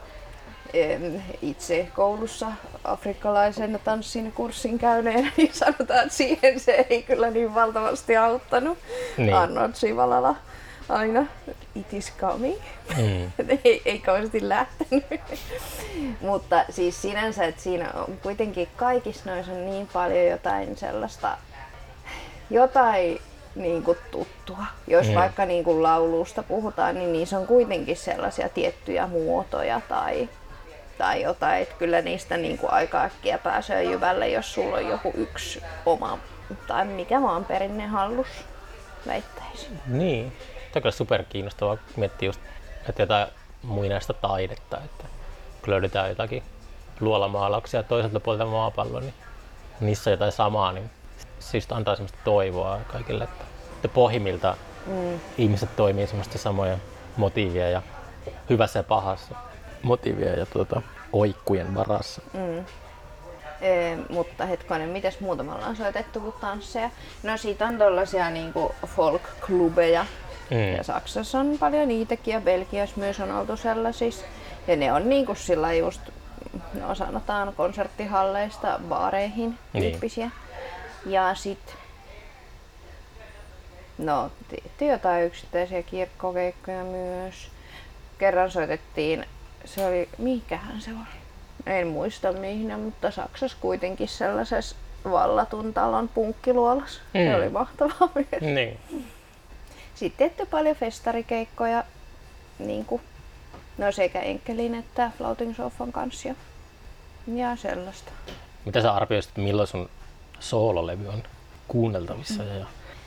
itse koulussa afrikkalaisen tanssin kurssin käyneenä, niin sanotaan, että siihen se ei kyllä niin valtavasti auttanut. Niin. Arnold Sivalala aina, it is coming. ei kauheasti lähtenyt. Mutta siis sinänsä, että siinä on kuitenkin kaikissa noissa on niin paljon jotain sellaista, jotain niin kuin tuttua. Jos vaikka niin kuin laulusta puhutaan, niin niissä on kuitenkin sellaisia tiettyjä muotoja tai jotain, että kyllä niistä niin kuin aika äkkiä pääsee jyvälle, jos sulla on joku yksi oma tai mikä maan perinne hallus, väittäisin. Niin, tämä on kyllä superkiinnostavaa miettiä just, että jotain muinaista taidetta, että kun löydetään jotakin luolamaalauksia toiselta puolelta maapalloa, niin niissä on jotain samaa, niin siis antaa semmoista toivoa kaikille, että pohjimmilta ihmiset toimii semmoista samoja motiivia ja hyvässä ja pahassa motiivia ja oikkujen varassa. Mutta hetkonen, mitäs muuta me ollaan soitettu kuin tansseja? No siitä on tollasia niinku folk-klubeja. Ja Saksassa on paljon niitäkin ja Belgiassa myös on oltu sellaisissa. Ja ne on niinku sillä just, no sanotaan konserttihalleista baareihin tyyppisiä. Ja sit No, tehtiin jotain yksittäisiä kirkkokeikkoja myös. Kerran soitettiin, se oli, mikähän se oli? En muista mihin, mutta Saksassa kuitenkin sellaisessa vallatun talon punkkiluolassa. Se oli mahtavaa myös. Niin. Sitten tehty paljon festarikeikkoja, niinku, no sekä Enkelin että Floating Sofan kanssa ja sellaista. Mitä sä arvioisit, että milloin sun soololevy on kuunneltavissa? Ja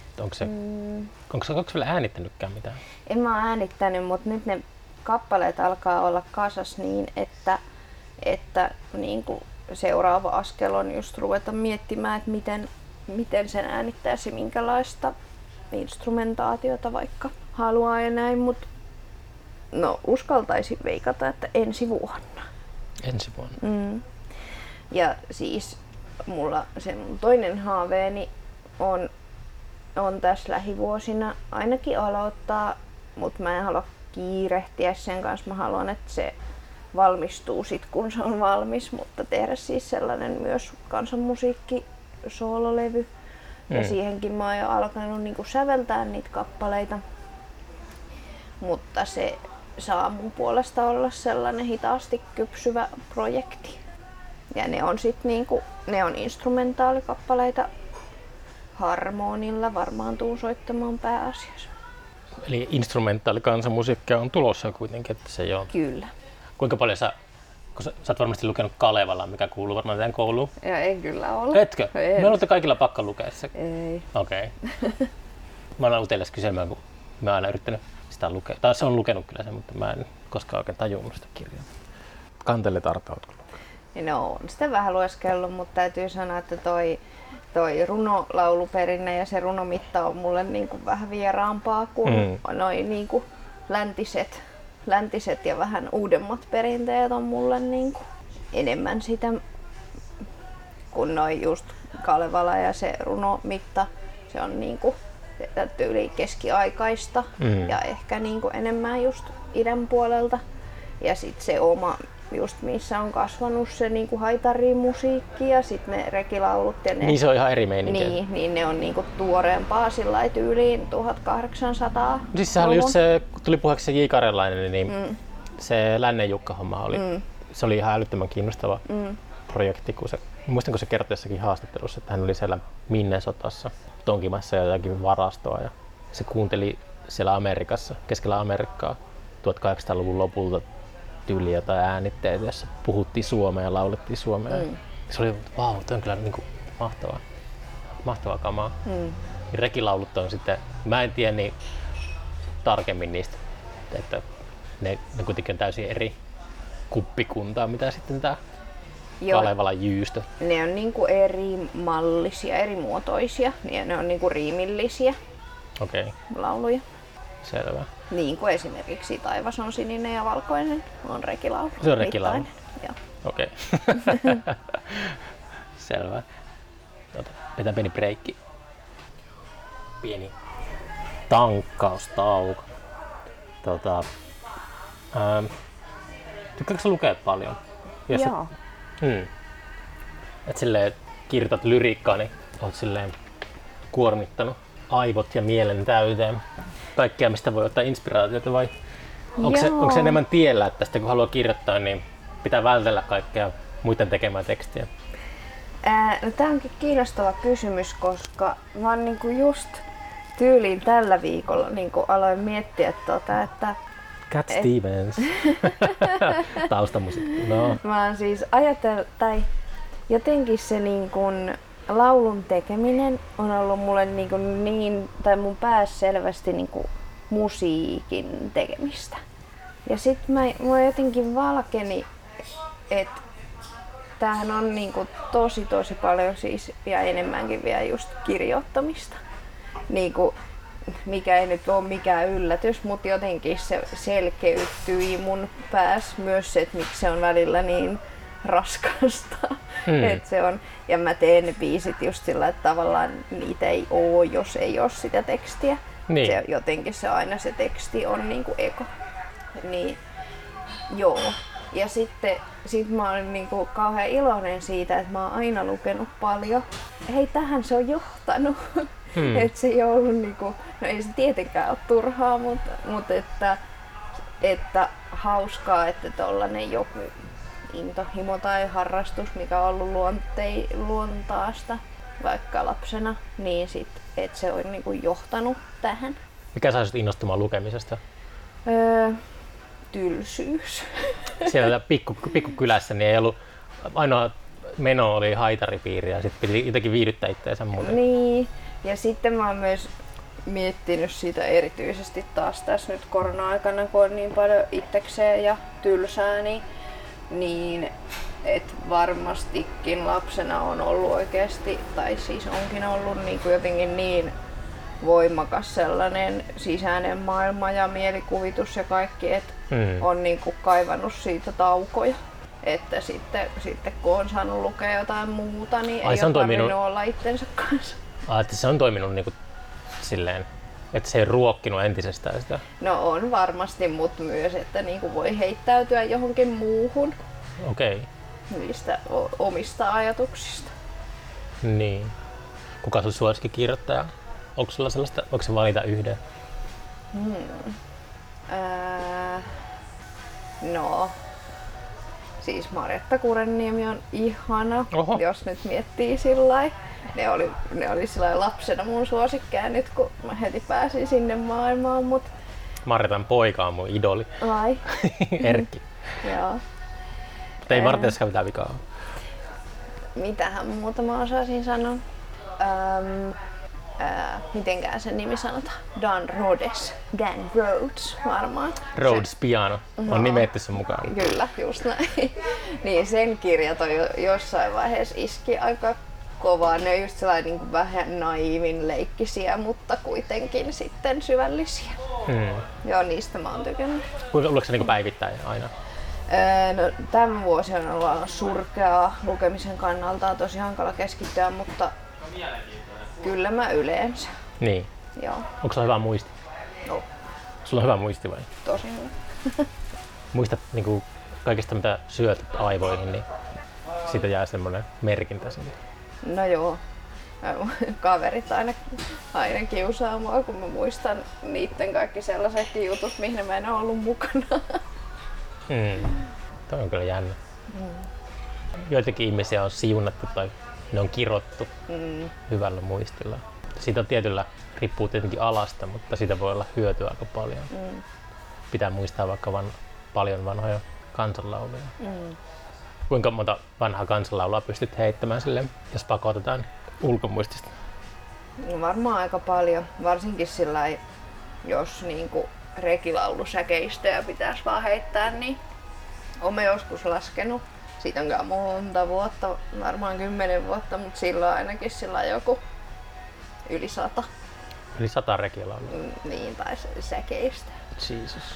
onko vielä äänittänytkään mitään? En mä oon äänittänyt, mutta nyt ne kappaleet alkaa olla kasas niin, että niinku seuraava askel on just ruveta miettimään, että miten sen äänittäisi, minkälaista instrumentaatiota vaikka haluaa ja näin, mutta no uskaltaisin veikata, että ensi vuonna. Ensi vuonna? Ja siis mulla se mun toinen haaveeni on tässä lähivuosina ainakin aloittaa, mutta mä en halua kiirehtiä sen kanssa. Mä haluan, että se valmistuu sit kun se on valmis, mutta tehdä siis sellainen myös kansanmusiikki soololevy. Ja siihenkin mä oon jo alkanut niinku säveltää niitä kappaleita. Mutta se saa mun puolesta olla sellainen hitaasti kypsyvä projekti. Ja ne on sit niinku, ne on instrumentaalikappaleita. Harmonilla varmaan tuun soittamaan pääasiassa. Eli instrumentaalikansanmusiikkia on tulossa kuitenkin, että se ei ole. Kyllä. Kuinka paljon sä oot varmasti lukenut Kalevalaa, mikä kuuluu varmaan teidän kouluun? Ja en kyllä ole. Etkö? Me olette kaikilla pakko lukea se. Ei. Okei. Mä oon utelias kysymään, kun mä oon aina yrittänyt sitä lukea. Tai se on lukenut kyllä sen, mutta mä en koskaan oikein tajunnut sitä kirjaa. Kantele Tartautko? No on sitä vähän lueskellut, mutta täytyy sanoa, että toi runolauluperinne ja se runomitta on mulle niinku vähän vieraampaa kuin noi niinku läntiset ja vähän uudemmat perinteet on mulle niinku enemmän sitä kuin noi just Kalevala ja se runomitta. Se on niinku tyyli keskiaikaista ja ehkä niinku enemmän just idän puolelta. Ja sit se oma just missä on kasvanut se niinku haitarimusiikki ja sitten ne rekilaulut ja ne. Niin se on ihan eri meininki. Niin ne on niinku tuoreempaa sillä tyyliin 1800. Siis sehän oli just se, kun tuli puheeksi se J. Karjalainen, niin se Lännen Jukka-homma oli, se oli ihan älyttömän kiinnostava projekti, kun muistan kun se kertoi jossakin haastattelussa, että hän oli siellä Minnesotassa tonkimassa jotakin varastoa ja se kuunteli siellä Amerikassa, keskellä Amerikkaa 1800-luvun lopulta tyyliä jotain äänitteitä, jossa puhuttiin suomea ja laulettiin suomea. Se oli, vau, toi on kyllä niinku mahtavaa kamaa. Rekilaulut on sitten, mä en tiedä niin tarkemmin niistä, että ne kuitenkin on täysin eri kuppikuntaa, mitä sitten tää Kalevalan jyystö. Ne on niinku eri mallisia, eri muotoisia, ja ne on niinku riimillisiä lauluja. Selvä. Niin kuin esimerkiksi Taivas on sininen ja valkoinen on rekilaulu. Se on rekilaulu. Okei. Selvä. Pidetään pieni breikki. Pieni tankkaustauko. Tykkääkö sä lukea paljon? Joo. Et silleen kirjoitat lyriikkaa, niin oot silleen kuormittanut aivot ja mielen täyteen. Kaikkea, mistä voi ottaa inspiraatiota vai onko se enemmän tiellä, että sitten kun haluaa kirjoittaa, niin pitää vältellä kaikkea muiden tekemää tekstiä? No, tämä onkin kiinnostava kysymys, koska mä oon niinku just tyyliin tällä viikolla niinku aloin miettiä että Cat Stevens. Taustamusiikki. No. Mä oon siis tai jotenkin se niinku laulun tekeminen on ollut mulle tai mun päässä selvästi musiikin tekemistä. Ja sit mulla jotenkin valkeni, että tämähän on tosi paljon siis ja enemmänkin vielä just kirjoittamista. Mikä ei nyt ole mikään yllätys, mutta jotenkin se selkeytyi mun päässä myös se, että miksi se on välillä niin raskasta. Et se on, ja mä teen ne biisit just sillä, että tavallaan niitä ei oo, jos ei oo sitä tekstiä. Niin. Jotenkin se aina se teksti on eko. Niin joo, Ja sitten mä olin niinku kauhean iloinen siitä, että mä oon aina lukenut paljon. Hei, tähän se on johtanut. Että se ei ollut niinku, no ei se tietenkään ole turhaa, mutta että hauskaa, että tollanen joku intohimo tai harrastus, mikä on ollut luontaasta vaikka lapsena, niin sit, että se on niinku johtanut tähän. Mikä sai sut innostumaan lukemisesta? Tylsyys. Siellä pikkukylässä niin ei ollut, ainoa meno oli haitaripiiri ja sitten piti jotenkin viihdyttää itseänsä muuten. Niin, ja sitten mä oon myös miettinyt sitä erityisesti taas tässä nyt korona-aikana, kun on niin paljon itsekseen ja tylsää, niin että varmastikin lapsena on ollut oikeasti, tai siis onkin ollut niin kuin jotenkin niin voimakas sellainen sisäinen maailma ja mielikuvitus ja kaikki, että on niin kuin kaivannut siitä taukoja. Että sitten kun on saanut lukea jotain muuta, niin ei ole tarvinnut olla itsensä kanssa. Että se on toiminut niin kuin silleen, että se ei ruokkinut entisestään sitä? No on varmasti, mutta myös, että niin kuin voi heittäytyä johonkin muuhun. Okei. Niistä omista ajatuksista. Niin. Kuka sun suosikkikirjoittaja? Onko sulla sellaista, voiko se valita yhden? No, siis Marjatta Kurenniemi on ihana, jos nyt miettii sillai. Ne oli sillai lapsena mun suosikkeja nyt, kun mä heti pääsin sinne maailmaan. Marjatan poika on mun idoli. Ai? Erkki. Joo. Mutta ei Marjatassa mitään vikaa ole. Mitähän muuta mä osaisin sanoa? Mitenkään sen nimi sanotaan? Dan Rhodes varmaan. Rhodes Piano on nimetty sen mukaan. Kyllä, just näin. Niin sen kirjat on jossain vaiheessa iski aika kovaa. Ne on just sellainen niin kuin vähän naiivin leikkisiä, mutta kuitenkin sitten syvällisiä. Joo, niistä mä oon tykännyt. Luuletko sä niin päivittäin aina? No, tämän vuosi on ollut surkeaa lukemisen kannalta, tosi hankala keskittyä, mutta kyllä mä yleensä. Niin. Joo. Onko sulla hyvä muisti? No. Sulla on hyvä muisti vai? Tosi hyvä. Muista niin kuin kaikesta mitä syöt aivoihin, niin siitä jää semmoinen merkintä sinne. No joo. Kaverit aina kiusaa mua, kun mä muistan niitten kaikki sellaiset jutut, mihin mä en ole ollut mukana. Toi on kyllä jännä. Joitakin ihmisiä on siunattu tai ne on kirottu hyvällä muistilla. Siitä on tietyllä, riippuu tietenkin alasta, mutta siitä voi olla hyötyä aika paljon. Pitää muistaa vaikka paljon vanhoja kansanlauluja. Kuinka monta vanhaa kansanlaulua pystyt heittämään silleen, jos pakotetaan ulkomuistista? No varmaan aika paljon, varsinkin sillai, jos niinku rekilaulusäkeistöjä pitäisi vaan heittää, niin olen joskus laskenut. Siitä on monta vuotta, varmaan 10 vuotta, mutta silloin ainakin sillä joku yli 100. Yli 100 rekilaulua? Niin, tai säkeistä. Jesus.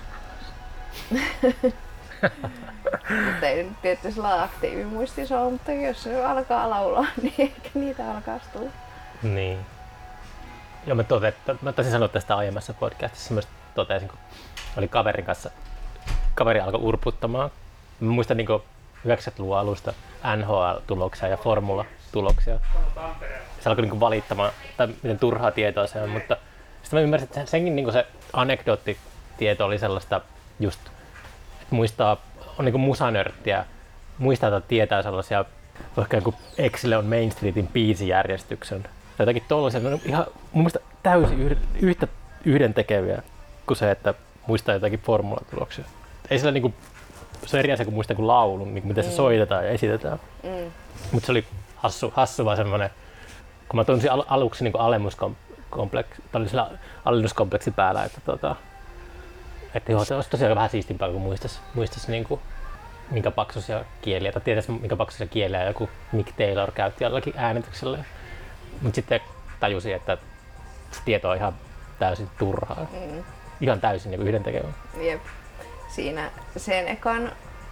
Mutta ei nyt tietysti sillä aktiivimuistissa ole, mutta jos se alkaa laulaa, niin ehkä niitä alkaa tulla. Niin. Joo, mä taisin sanoa tästä aiemmassa podcastissa, myös totesin, kun oli kaverin kanssa, kaveri alkoi urputtamaan. Mä muistan niin 90-luvun alusta NHL-tuloksia ja Formula-tuloksia. Se alkoi niin valittamaan, tai miten turhaa tietoa se on, mutta sitten mä ymmärsin, että senkin niin se anekdoottitieto oli sellaista just, että muistaa, on niin musanörttiä, muistaa, että tietää sellaisia, vaikka joku Exile on Main Streetin biisijärjestyksen. Tai jotakin tollaisia, ne on ihan mun mielestä täysin yhdentekeviä kuin se, että muistaa jotakin formulatuloksia. Ei sillä niinku, se on eri asia kuin muistaa kuin laulun, niin miten se soitetaan ja esitetään. Mutta se oli hassu vaan semmonen, kun mä tunsin aluksi niinku alennuskompleksi päällä, että joo, se olisi tosiaan vähän siistimpää, kun muistais niinku, minkä paksuisia kieliä, tai tietäisi minkä paksuisia kieliä joku Mick Taylor käytti jollakin äänityksellä. Mutta sitten tajusin, että se tieto on ihan täysin turhaa. Ihan täysin niin yhdentekevä. Jep. Siinä sen ekan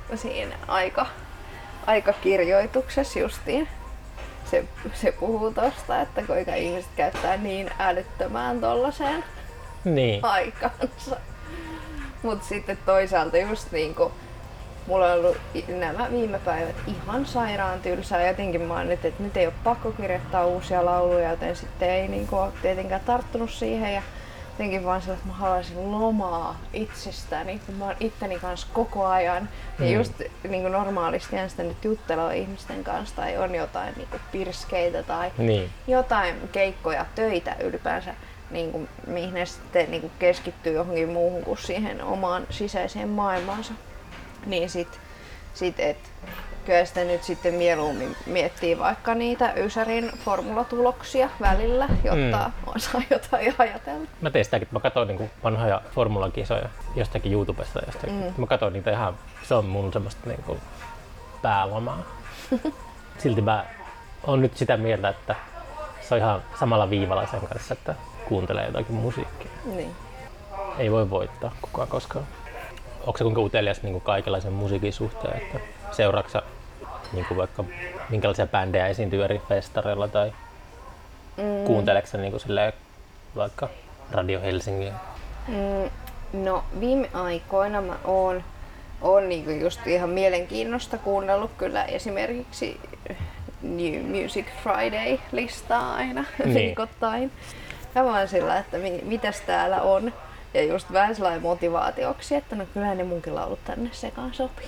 aikakirjoituksessa justiin se puhuu tosta, että kuinka ihmiset käyttää niin älyttömään tollaseen aikaansa. Mut sitten toisaalta just niinku mulla on ollut nämä viime päivät ihan sairaan tylsää. Jotenkin mä oon nyt, että nyt ei ole pakko kirjoittaa uusia lauluja, joten sitten ei niinku ole tietenkään tarttunut siihen. Ja jotenkin vaan sillä, että mä haluaisin lomaa itsestäni, kun mä oon itteni kanssa koko ajan. Ja just niin kuin normaalisti en sitä nyt juttelua ihmisten kanssa tai on jotain niin kuin pirskeitä tai jotain keikkoja, töitä ylipäänsä, niin kuin, mihin ne sitten niin kuin keskittyy johonkin muuhun kuin siihen omaan sisäiseen maailmaansa. Niin kyllä sitä nyt sitten mieluummin miettii vaikka niitä Ysärin formulatuloksia välillä, jotta osaa jotain ajatella. Mä tein sitäkin, että mä katsoin niinku vanhoja formulakisoja jostakin YouTubesta. Mä katsoin niitä ihan, se on mun semmoista niinku päälomaa. Silti mä oon nyt sitä mieltä, että se on ihan samalla viivalla sen kanssa, että kuuntelee jotakin musiikkia. Niin. Ei voi voittaa kukaan koskaan. Onko se kuinka utelias niin kuin kaikenlaisen musiikin suhteen, että seuraatko niin kuin vaikka minkälaisia bändejä esiintyy eri festareilla tai kuunteleeko niin kuin vaikka Radio Helsingiä? No viime aikoina mä oon niin kuin just ihan mielenkiinnosta kuunnellut kyllä esimerkiksi New Music Friday-listaa aina viikoittain. Ja vaan sillä, että mitäs täällä on. Ja just vähän sellainen motivaatioksi, että no kyllähän ne munkin laulut tänne sekaan sopii.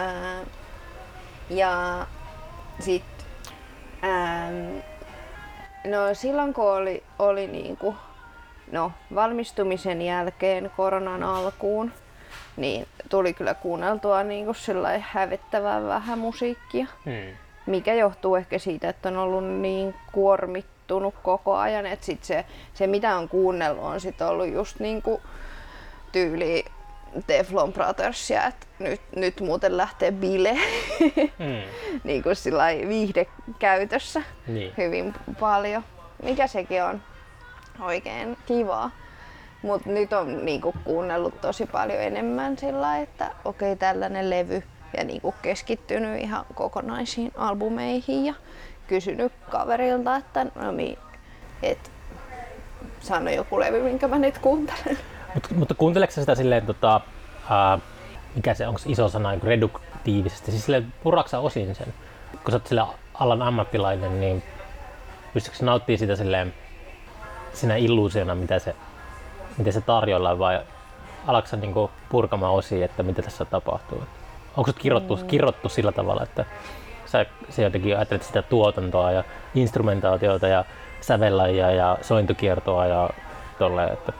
Ja sit no silloin kun oli niinku, no valmistumisen jälkeen koronan alkuun, niin tuli kyllä kuunneltua niinku sellainen hävettävän vähän musiikkia. Mikä johtuu ehkä siitä, että on ollut niin kuormittunut koko ajan, että sit se mitä on kuunnellut on sit ollut just niinku tyyli Teflon Brothersia, että nyt muuten lähtee bile niinku sillai viihdekäytössä hyvin paljon, mikä sekin on oikein kivaa. Mut nyt on niinku kuunnellut tosi paljon enemmän sillä, että okei, tällainen levy ja niinku keskittynyt ihan kokonaisiin albumeihin ja kysynyt kaverilta, että sano joku levy, minkä mä nyt kuuntelen. Mutta kuunteleeko sitä silleen, mikä se, onko iso sana, reduktiivisesti, siis silleen puraksa osin sen? Kun sä oot sillä alan ammattilainen, niin pystytkö nauttia sitä silleen siinä illuusiona, miten se tarjoillaan, vai alatko niinku purkamaan osia, että mitä tässä tapahtuu? Onko sut kirrottu sillä tavalla, että sä jotenkin ajattelet sitä tuotantoa ja instrumentaatiota ja sävelläjiä ja sointukiertoa ja tolleen, että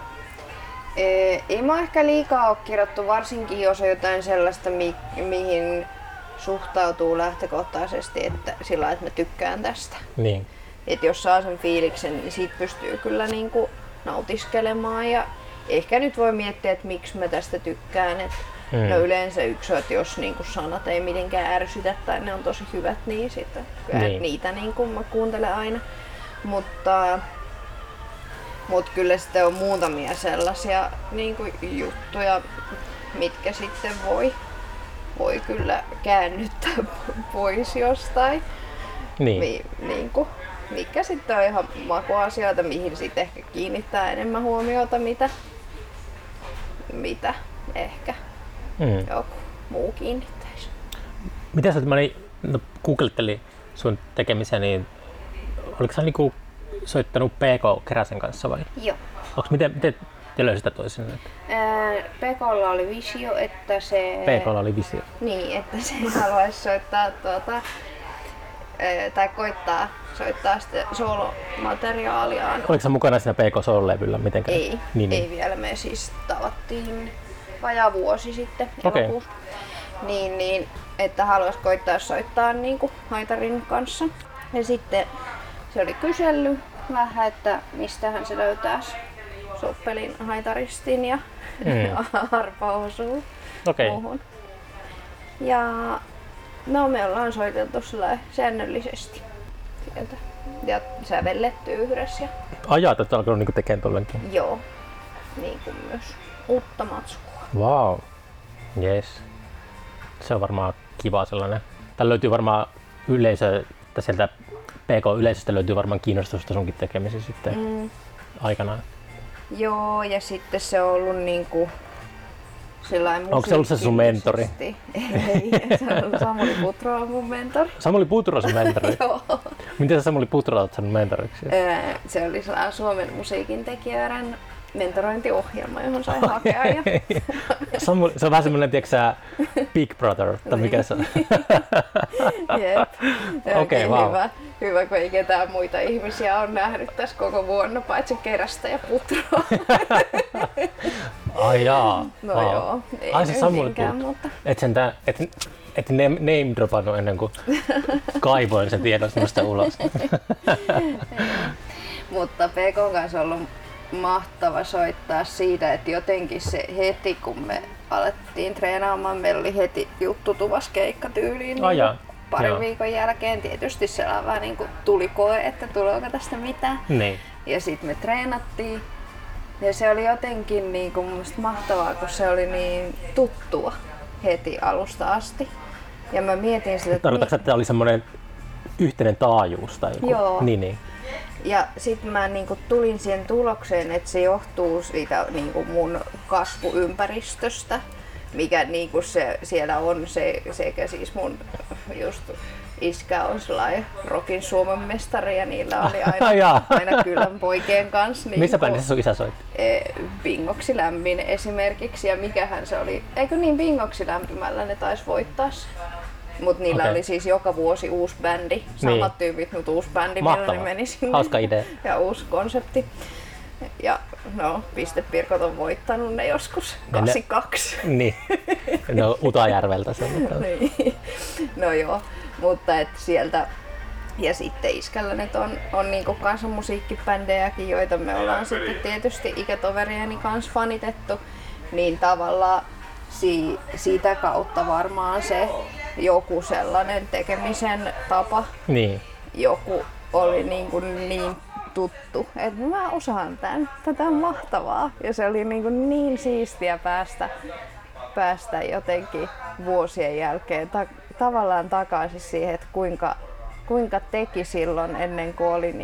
ei mä ehkä liikaa ole kirjoittu, varsinkin jos on jotain sellaista, mihin suhtautuu lähtökohtaisesti, että sillä että mä tykkään tästä. Niin. Et jos saa sen fiiliksen, niin siitä pystyy kyllä niinku nautiskelemaan ja ehkä nyt voi miettiä, että miksi mä tästä tykkään. No yleensä yksi on, että jos niinku sanat ei mitenkään ärsytä tai ne on tosi hyvät, niin sitten niitä niinku mä kuuntelen aina. Mutta kyllä sitten on muutamia sellaisia niinku juttuja, mitkä sitten voi kyllä käännyttää pois jostain. Niinku, mikä sitten on ihan makuasioita, mihin sitten ehkä kiinnittää enemmän huomiota, mitä ehkä joku muu kiinnittäisi. Miten sä googlettelin sun tekemisiä, niin oliko sä niinku soittanut PK Keräsen kanssa vai? Joo. Miten te löysitte toisinne? PK:lla oli visio, että se PK:lla oli visio. Niin, että se haluaisi soittaa tai koittaa soittaa sitten solomateriaaliaan. Oliko sä mukana siinä PK-soul-levyllä mitenkään? Ei, ei vielä. Me siis tavattiin vajaa vuosi sitten elokuussa. Niin, että haluaisi koittaa soittaa niinku haitarin kanssa. Ja sitten se oli kysellyt vähän, että mistähän se löytäisi Soppelin haitaristin ja arpahousuun muuhun. Ja no me ollaan soiteltu säännöllisesti sieltä ja sävelletty yhdessä. Ajat, että alkanut niinku tekemään tollenkin? Joo, niin kuin myös uutta matskua. Wow, yes. Se on varmaan kiva sellainen. Täällä löytyy varmaan sieltä PK-yleisöstä löytyy varmaan kiinnostusta sunkin tekemiseen sitten aikanaan. Joo, ja sitten se on ollut niinku sillain Onko se ollut se sun mentori? Ei, se on Samuli Putro on mun mentori. Samuli Putro on sun mentori? Joo. Miten sä Samuli Putro olet sen mentoriksi? Se oli sellainen Suomen musiikintekijöiden mentorointiohjelma, johon sai hakea. Ja... Samuli, se on vähän semmoinen, tiedätkö Big Brother, tai mikä se on? Jep. Okei, wow. Hyvä, kun ei ketään muita ihmisiä on nähnyt tässä koko vuonna, paitsi Kerästä ja Putroa. Ai jaa. No wow. joo, ei ai se Samuli niinkään, Putro. mutta... Et name dropannut ennen kuin kaivoin sen tiedon sinusta ulos. Mutta Pekon kanssa on ollut mahtava soittaa siitä, että jotenkin se heti kun me alettiin treenaamaan, meillä oli heti juttutuvas keikka tyyliin parin viikon jälkeen. Tietysti siellä vähän niin kuin tuli koe, että tuleeko tästä mitään. Niin. Ja sitten me treenattiin. Ja se oli jotenkin niin kuin mun mielestä mahtavaa, kun se oli niin tuttua heti alusta asti. Ja mä mietin sitä, että... Tarkoitatko, että oli semmoinen yhteinen taajuus tai joku? Joo. Niin. Ja sitten mä niinku tulin siihen tulokseen, että se johtuu siitä niinku mun kasvuympäristöstä, mikä niinku siellä on sekä siis mun just iskä on sellainen rockin Suomen mestari ja niillä oli aina kylän poikien kanssa. Niinku, missä bändissä sun isä soitti? Bingoksi lämmin esimerkiksi ja mikähän se oli, eikö niin Bingoksi lämpimällä ne taisi voittaa. Mutta niillä oli siis joka vuosi uusi bändi, samat tyypit, mutta uusi bändi, millä ne meni sinne. Hauska idea. Ja uusi konsepti. Ja no, Pistepirkot on voittanut ne joskus 82. Niin, no Utajärveltä sen. Niin. No joo, mutta et sieltä ja sitten iskällä nyt on niinku kanssa musiikkibändejäkin, joita me ollaan sitten tietysti ikätoverieni kanssa fanitettu, niin tavallaan siitä kautta varmaan se joku sellainen tekemisen tapa, joku oli niin tuttu, että mä osaan tämän, tätä on mahtavaa. Ja se oli niin siistiä päästä jotenkin vuosien jälkeen tavallaan takaisin siihen, että kuinka teki silloin ennen kuin oli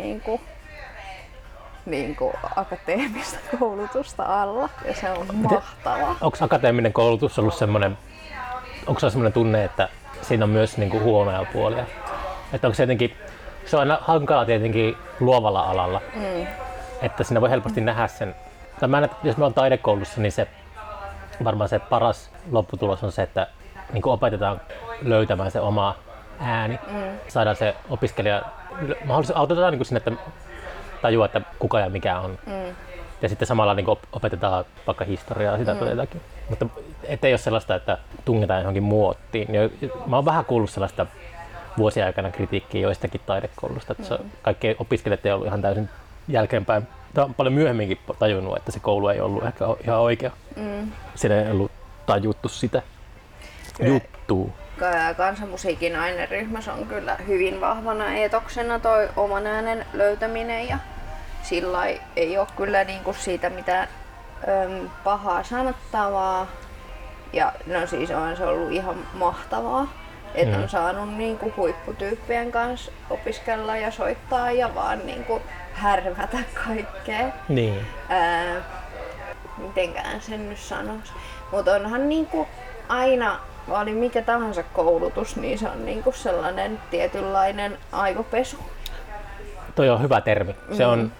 akateemista koulutusta alla, ja se on mahtavaa. Onko akateeminen koulutus ollut semmoinen, onko se semmoinen tunne, että siinä on myös niinku huonoja puolia? Että onko se jotenkin, se on aina hankalaa tietenkin luovalla alalla, että siinä voi helposti nähdä sen. Tai mä näen, että jos me on taidekoulussa, niin se varmaan se paras lopputulos on se, että niinku opetetaan löytämään se oma ääni, saadaan se opiskelija, autetaan niinku sinne, että tajua, että kuka ja mikä on. Ja sitten samalla niin opetetaan vaikka historiaa sitä tai jotakin. Mutta ettei ole sellaista, että tungetaan johonkin muottiin. Mä oon vähän kuullut sellaista vuosien aikana kritiikkiä joistakin taidekoulusta, että kaikki opiskelijat ei ollut ihan täysin jälkeenpäin. Tämä on paljon myöhemminkin tajunnut, että se koulu ei ollut ehkä ihan oikea. Siinä ei ollut tajuttu sitä juttua. Kansanmusiikin aineryhmässä on kyllä hyvin vahvana eetoksena toi oman äänen löytäminen ja sillä ei ole kyllä niinku siitä mitään pahaa sanottavaa. Ja no siis on se ollut ihan mahtavaa, että on saanut niinku huipputyyppien kanssa opiskella ja soittaa ja vaan niinku härvätä kaikkea. Niin. Mitenkään sen nyt sanoisi. Mutta onhan niinku aina, oli mikä tahansa koulutus, niin se on niinku sellainen tietynlainen aivopesu. Toi on hyvä termi. Se on,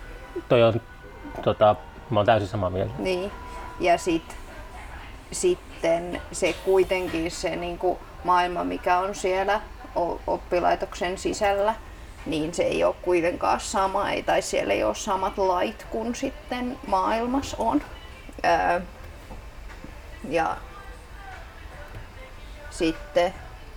mä oon täysin samaa mieltä. Niin. Ja sitten se kuitenkin se niinku maailma, mikä on siellä oppilaitoksen sisällä, niin se ei ole kuitenkaan sama, tai siellä ei ole samat lait kuin sitten maailmassa on. Ja sitten,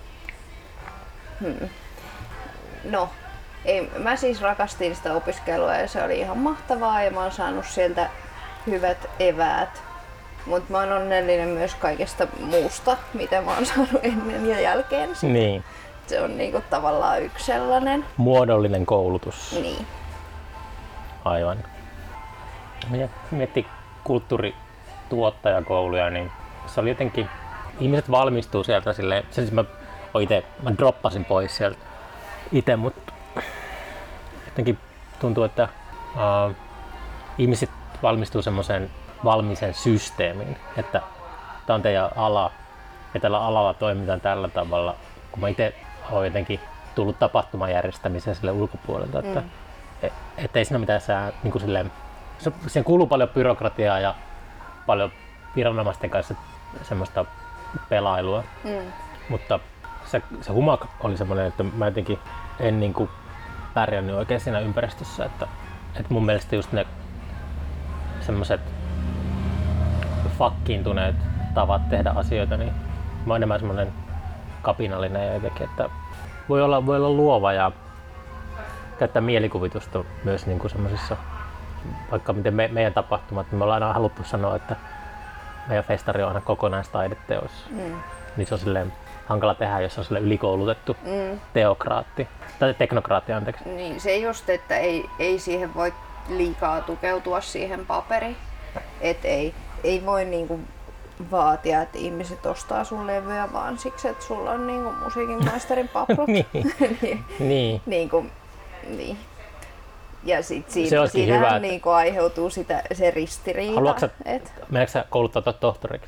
no, mä siis rakastin sitä opiskelua ja se oli ihan mahtavaa ja mä oon saanut sieltä hyvät eväät. Mutta mä oon onnellinen myös kaikesta muusta, mitä mä oon saanut ennen ja jälkeen. Niin. Se on niinku tavallaan yksi sellainen. Muodollinen koulutus. Niin. Aivan. Miettii kulttuurituottajakouluja, niin se oli jotenkin, ihmiset valmistuu sieltä silleen, mä droppasin pois sieltä itse, mutta jotenkin tuntuu, että ihmiset valmistuu semmoiseen valmiiseen systeemiin, että tämä on teidän ala ja tällä alalla toimitaan tällä tavalla, kun mä itse olen jotenkin tullut tapahtuman järjestämiseen sille ulkopuolelta, että ei siinä mitään niin kuin silleen, siihen kuuluu paljon byrokratiaa ja paljon viranomaisten kanssa semmoista pelailua, mutta se Humak oli semmoinen, että mä jotenkin en niin kuin pärjännyt oikein siinä ympäristössä, että mun mielestä just ne semmoiset fakkiintuneet tavat tehdä asioita, niin mä oon enemmän semmoinen kapinallinen ja jotenkin, että voi olla luova ja käyttää mielikuvitusta myös niin kuin semmoisissa, vaikka miten meidän tapahtumat, niin me ollaan aina haluttu sanoa, että meidän festari on aina kokonaistaideteos. Niin se on silleen hankala tehdä, jos on silleen ylikoulutettu teokraatti, tai teknokraatti, anteeksi. Niin, se just, että ei siihen voi liikaa tukeutua siihen paperiin. Et ei voi niinku vaatia, että ihmiset ostaa sun levyjä vaan siksi, että sulla on niinku musiikinmaisterin paprot. Niin. Niin. Ja sit siinähän hyvä, niinku aiheutuu se ristiriita. Haluatko meneekö sä kouluttautua tohtoriksi?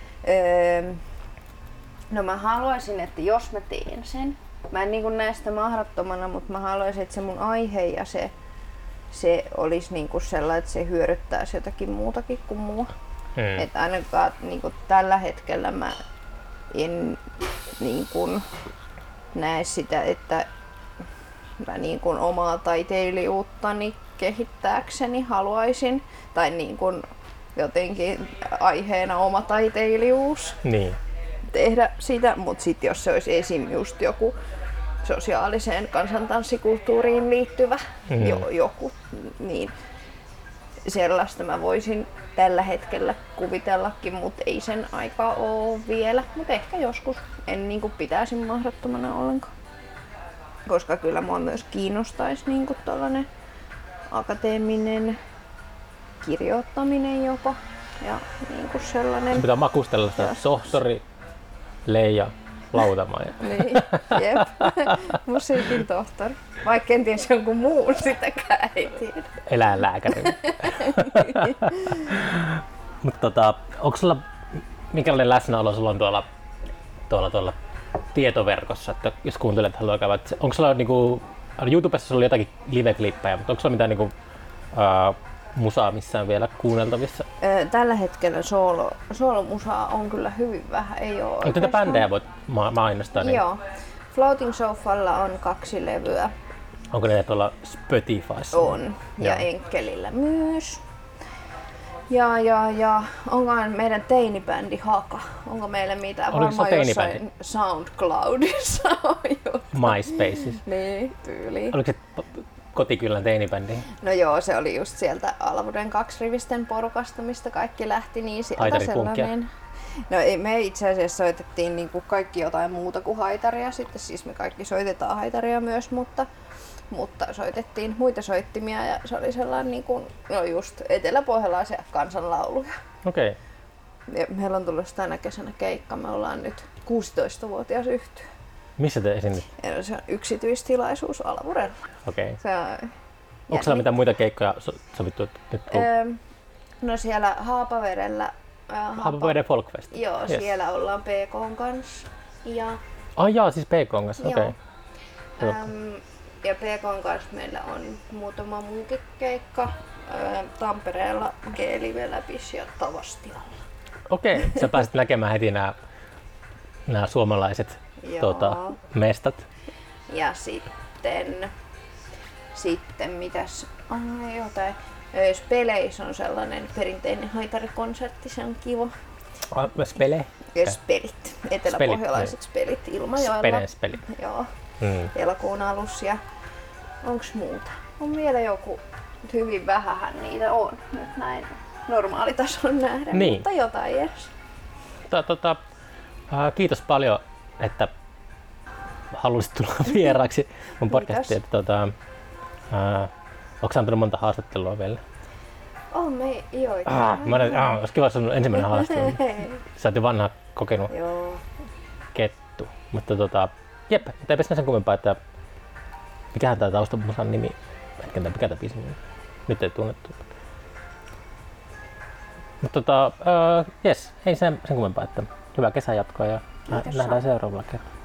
No mä haluaisin, että jos mä teen sen, mä en niinku näe sitä mahdottomana, mutta mä haluaisin, että se mun aihe ja se olisi niinku sellainen, että se hyödyttäisi jotakin muutakin kuin mua. Että ainakaan niinku tällä hetkellä mä en niinku näe sitä, että mä niinku omaa taiteilijuuttani kehittääkseni haluaisin, tai niinku jotenkin aiheena oma taiteilijuus. Niin. Tehdä sitä, mutta sitten jos se olisi esim. Just joku sosiaaliseen kansantanssikulttuuriin liittyvä joku, niin sellaista mä voisin tällä hetkellä kuvitellakin, mutta ei sen aikaa ole vielä, mutta ehkä joskus en niinku pitäisi mahdottomana ollenkaan. Koska kyllä mua myös kiinnostaisi niinku tollanen akateeminen kirjoittaminen jopa ja niinku sellainen. Se pitää makustella sitä tohtori, Leija, Lautamaja. Niin, jep. Musiikin tohtori. Vaikka kenties jonkun muun sitäkään ei tiedä. Eläinlääkäri. Mutta onko sulla, minkälainen läsnäolo sulla on tuolla tietoverkossa, että jos kuuntelet, haluaa käydä, onko sulla niinku, YouTubessa sulla oli jotakin live-klippejä, mutta onko sulla mitään niinku, musaa missään vielä kuunneltavissa? Tällä hetkellä soolomusaa on kyllä hyvin vähän, ei oo. Tätä bändejä voit mainostaa? Niin. Joo. Floating Sofalla on 2 levyä. Onko ne tuolla Spotifyssa? On. Ja Enkelillä myös. Ja onkohan meidän teinibändi Haka? Onko meillä mitään? Oliko varmaan se jossain SoundCloudissa on juttu. MySpaceissa? Niin, tyyliin. Oliko se kotikylän teinibändi? No joo, se oli just sieltä Alvuden 2-rivisten porukasta, mistä kaikki lähti, niin sieltä Haitaripunkia. sellainen. No ei, me itse asiassa soitettiin niinku kaikki jotain muuta kuin haitaria, sitten siis me kaikki soitetaan haitaria myös, mutta soitettiin muita soittimia ja se oli sellainen niinku, no just eteläpohjalaisia kansanlauluja. Okei. Ja meillä on tullut tänä kesänä keikka, me ollaan nyt 16-vuotias yhtye. Missä te esiinnyt? Se on yksityistilaisuus Alvurella. Okei. Onko siellä mitään muita keikkoja sovittu nyt? No siellä Haapavedellä. Haapaveden Folkfest? Joo, yes. Siellä ollaan PK:n kanssa. Siis PK:n kanssa, okei. Ja PK:n kanssa meillä on muutama muukin keikka. Tampereella G-Live Läpis ja Tavastialla. Okei, sä pääsit näkemään heti nämä suomalaiset mestat. Ja sitten mitäs? Jotain. Speleis on sellainen perinteinen haitarikonsertti, se on kiva. Spele? Ja spelit, eteläpohjalaiset spelit Ilmajoella. Spelit. Joo, elokuun alussa. Ja onks muuta? On vielä joku, hyvin vähähän niitä on nyt näin normaalitason nähden, niin. Mutta jotain edes. Kiitos paljon, että halusit tulla vieraaksi mun podcastiin. Onko sä antanut monta haastattelua vielä? On me joita. Olisi kiva sun ensimmäinen haastattelu. Sä oot jo vanha kokenut kettu. Mutta jep, eipä sinä sen kummempaa, että mikähän tää taustamusan nimi? Mikä tää biisin nimi? Nyt ei tunnettu. Mutta jes, ei sen kummempaa, että hyvää kesän jatkoa ja nähdään seuraavalla kerralla.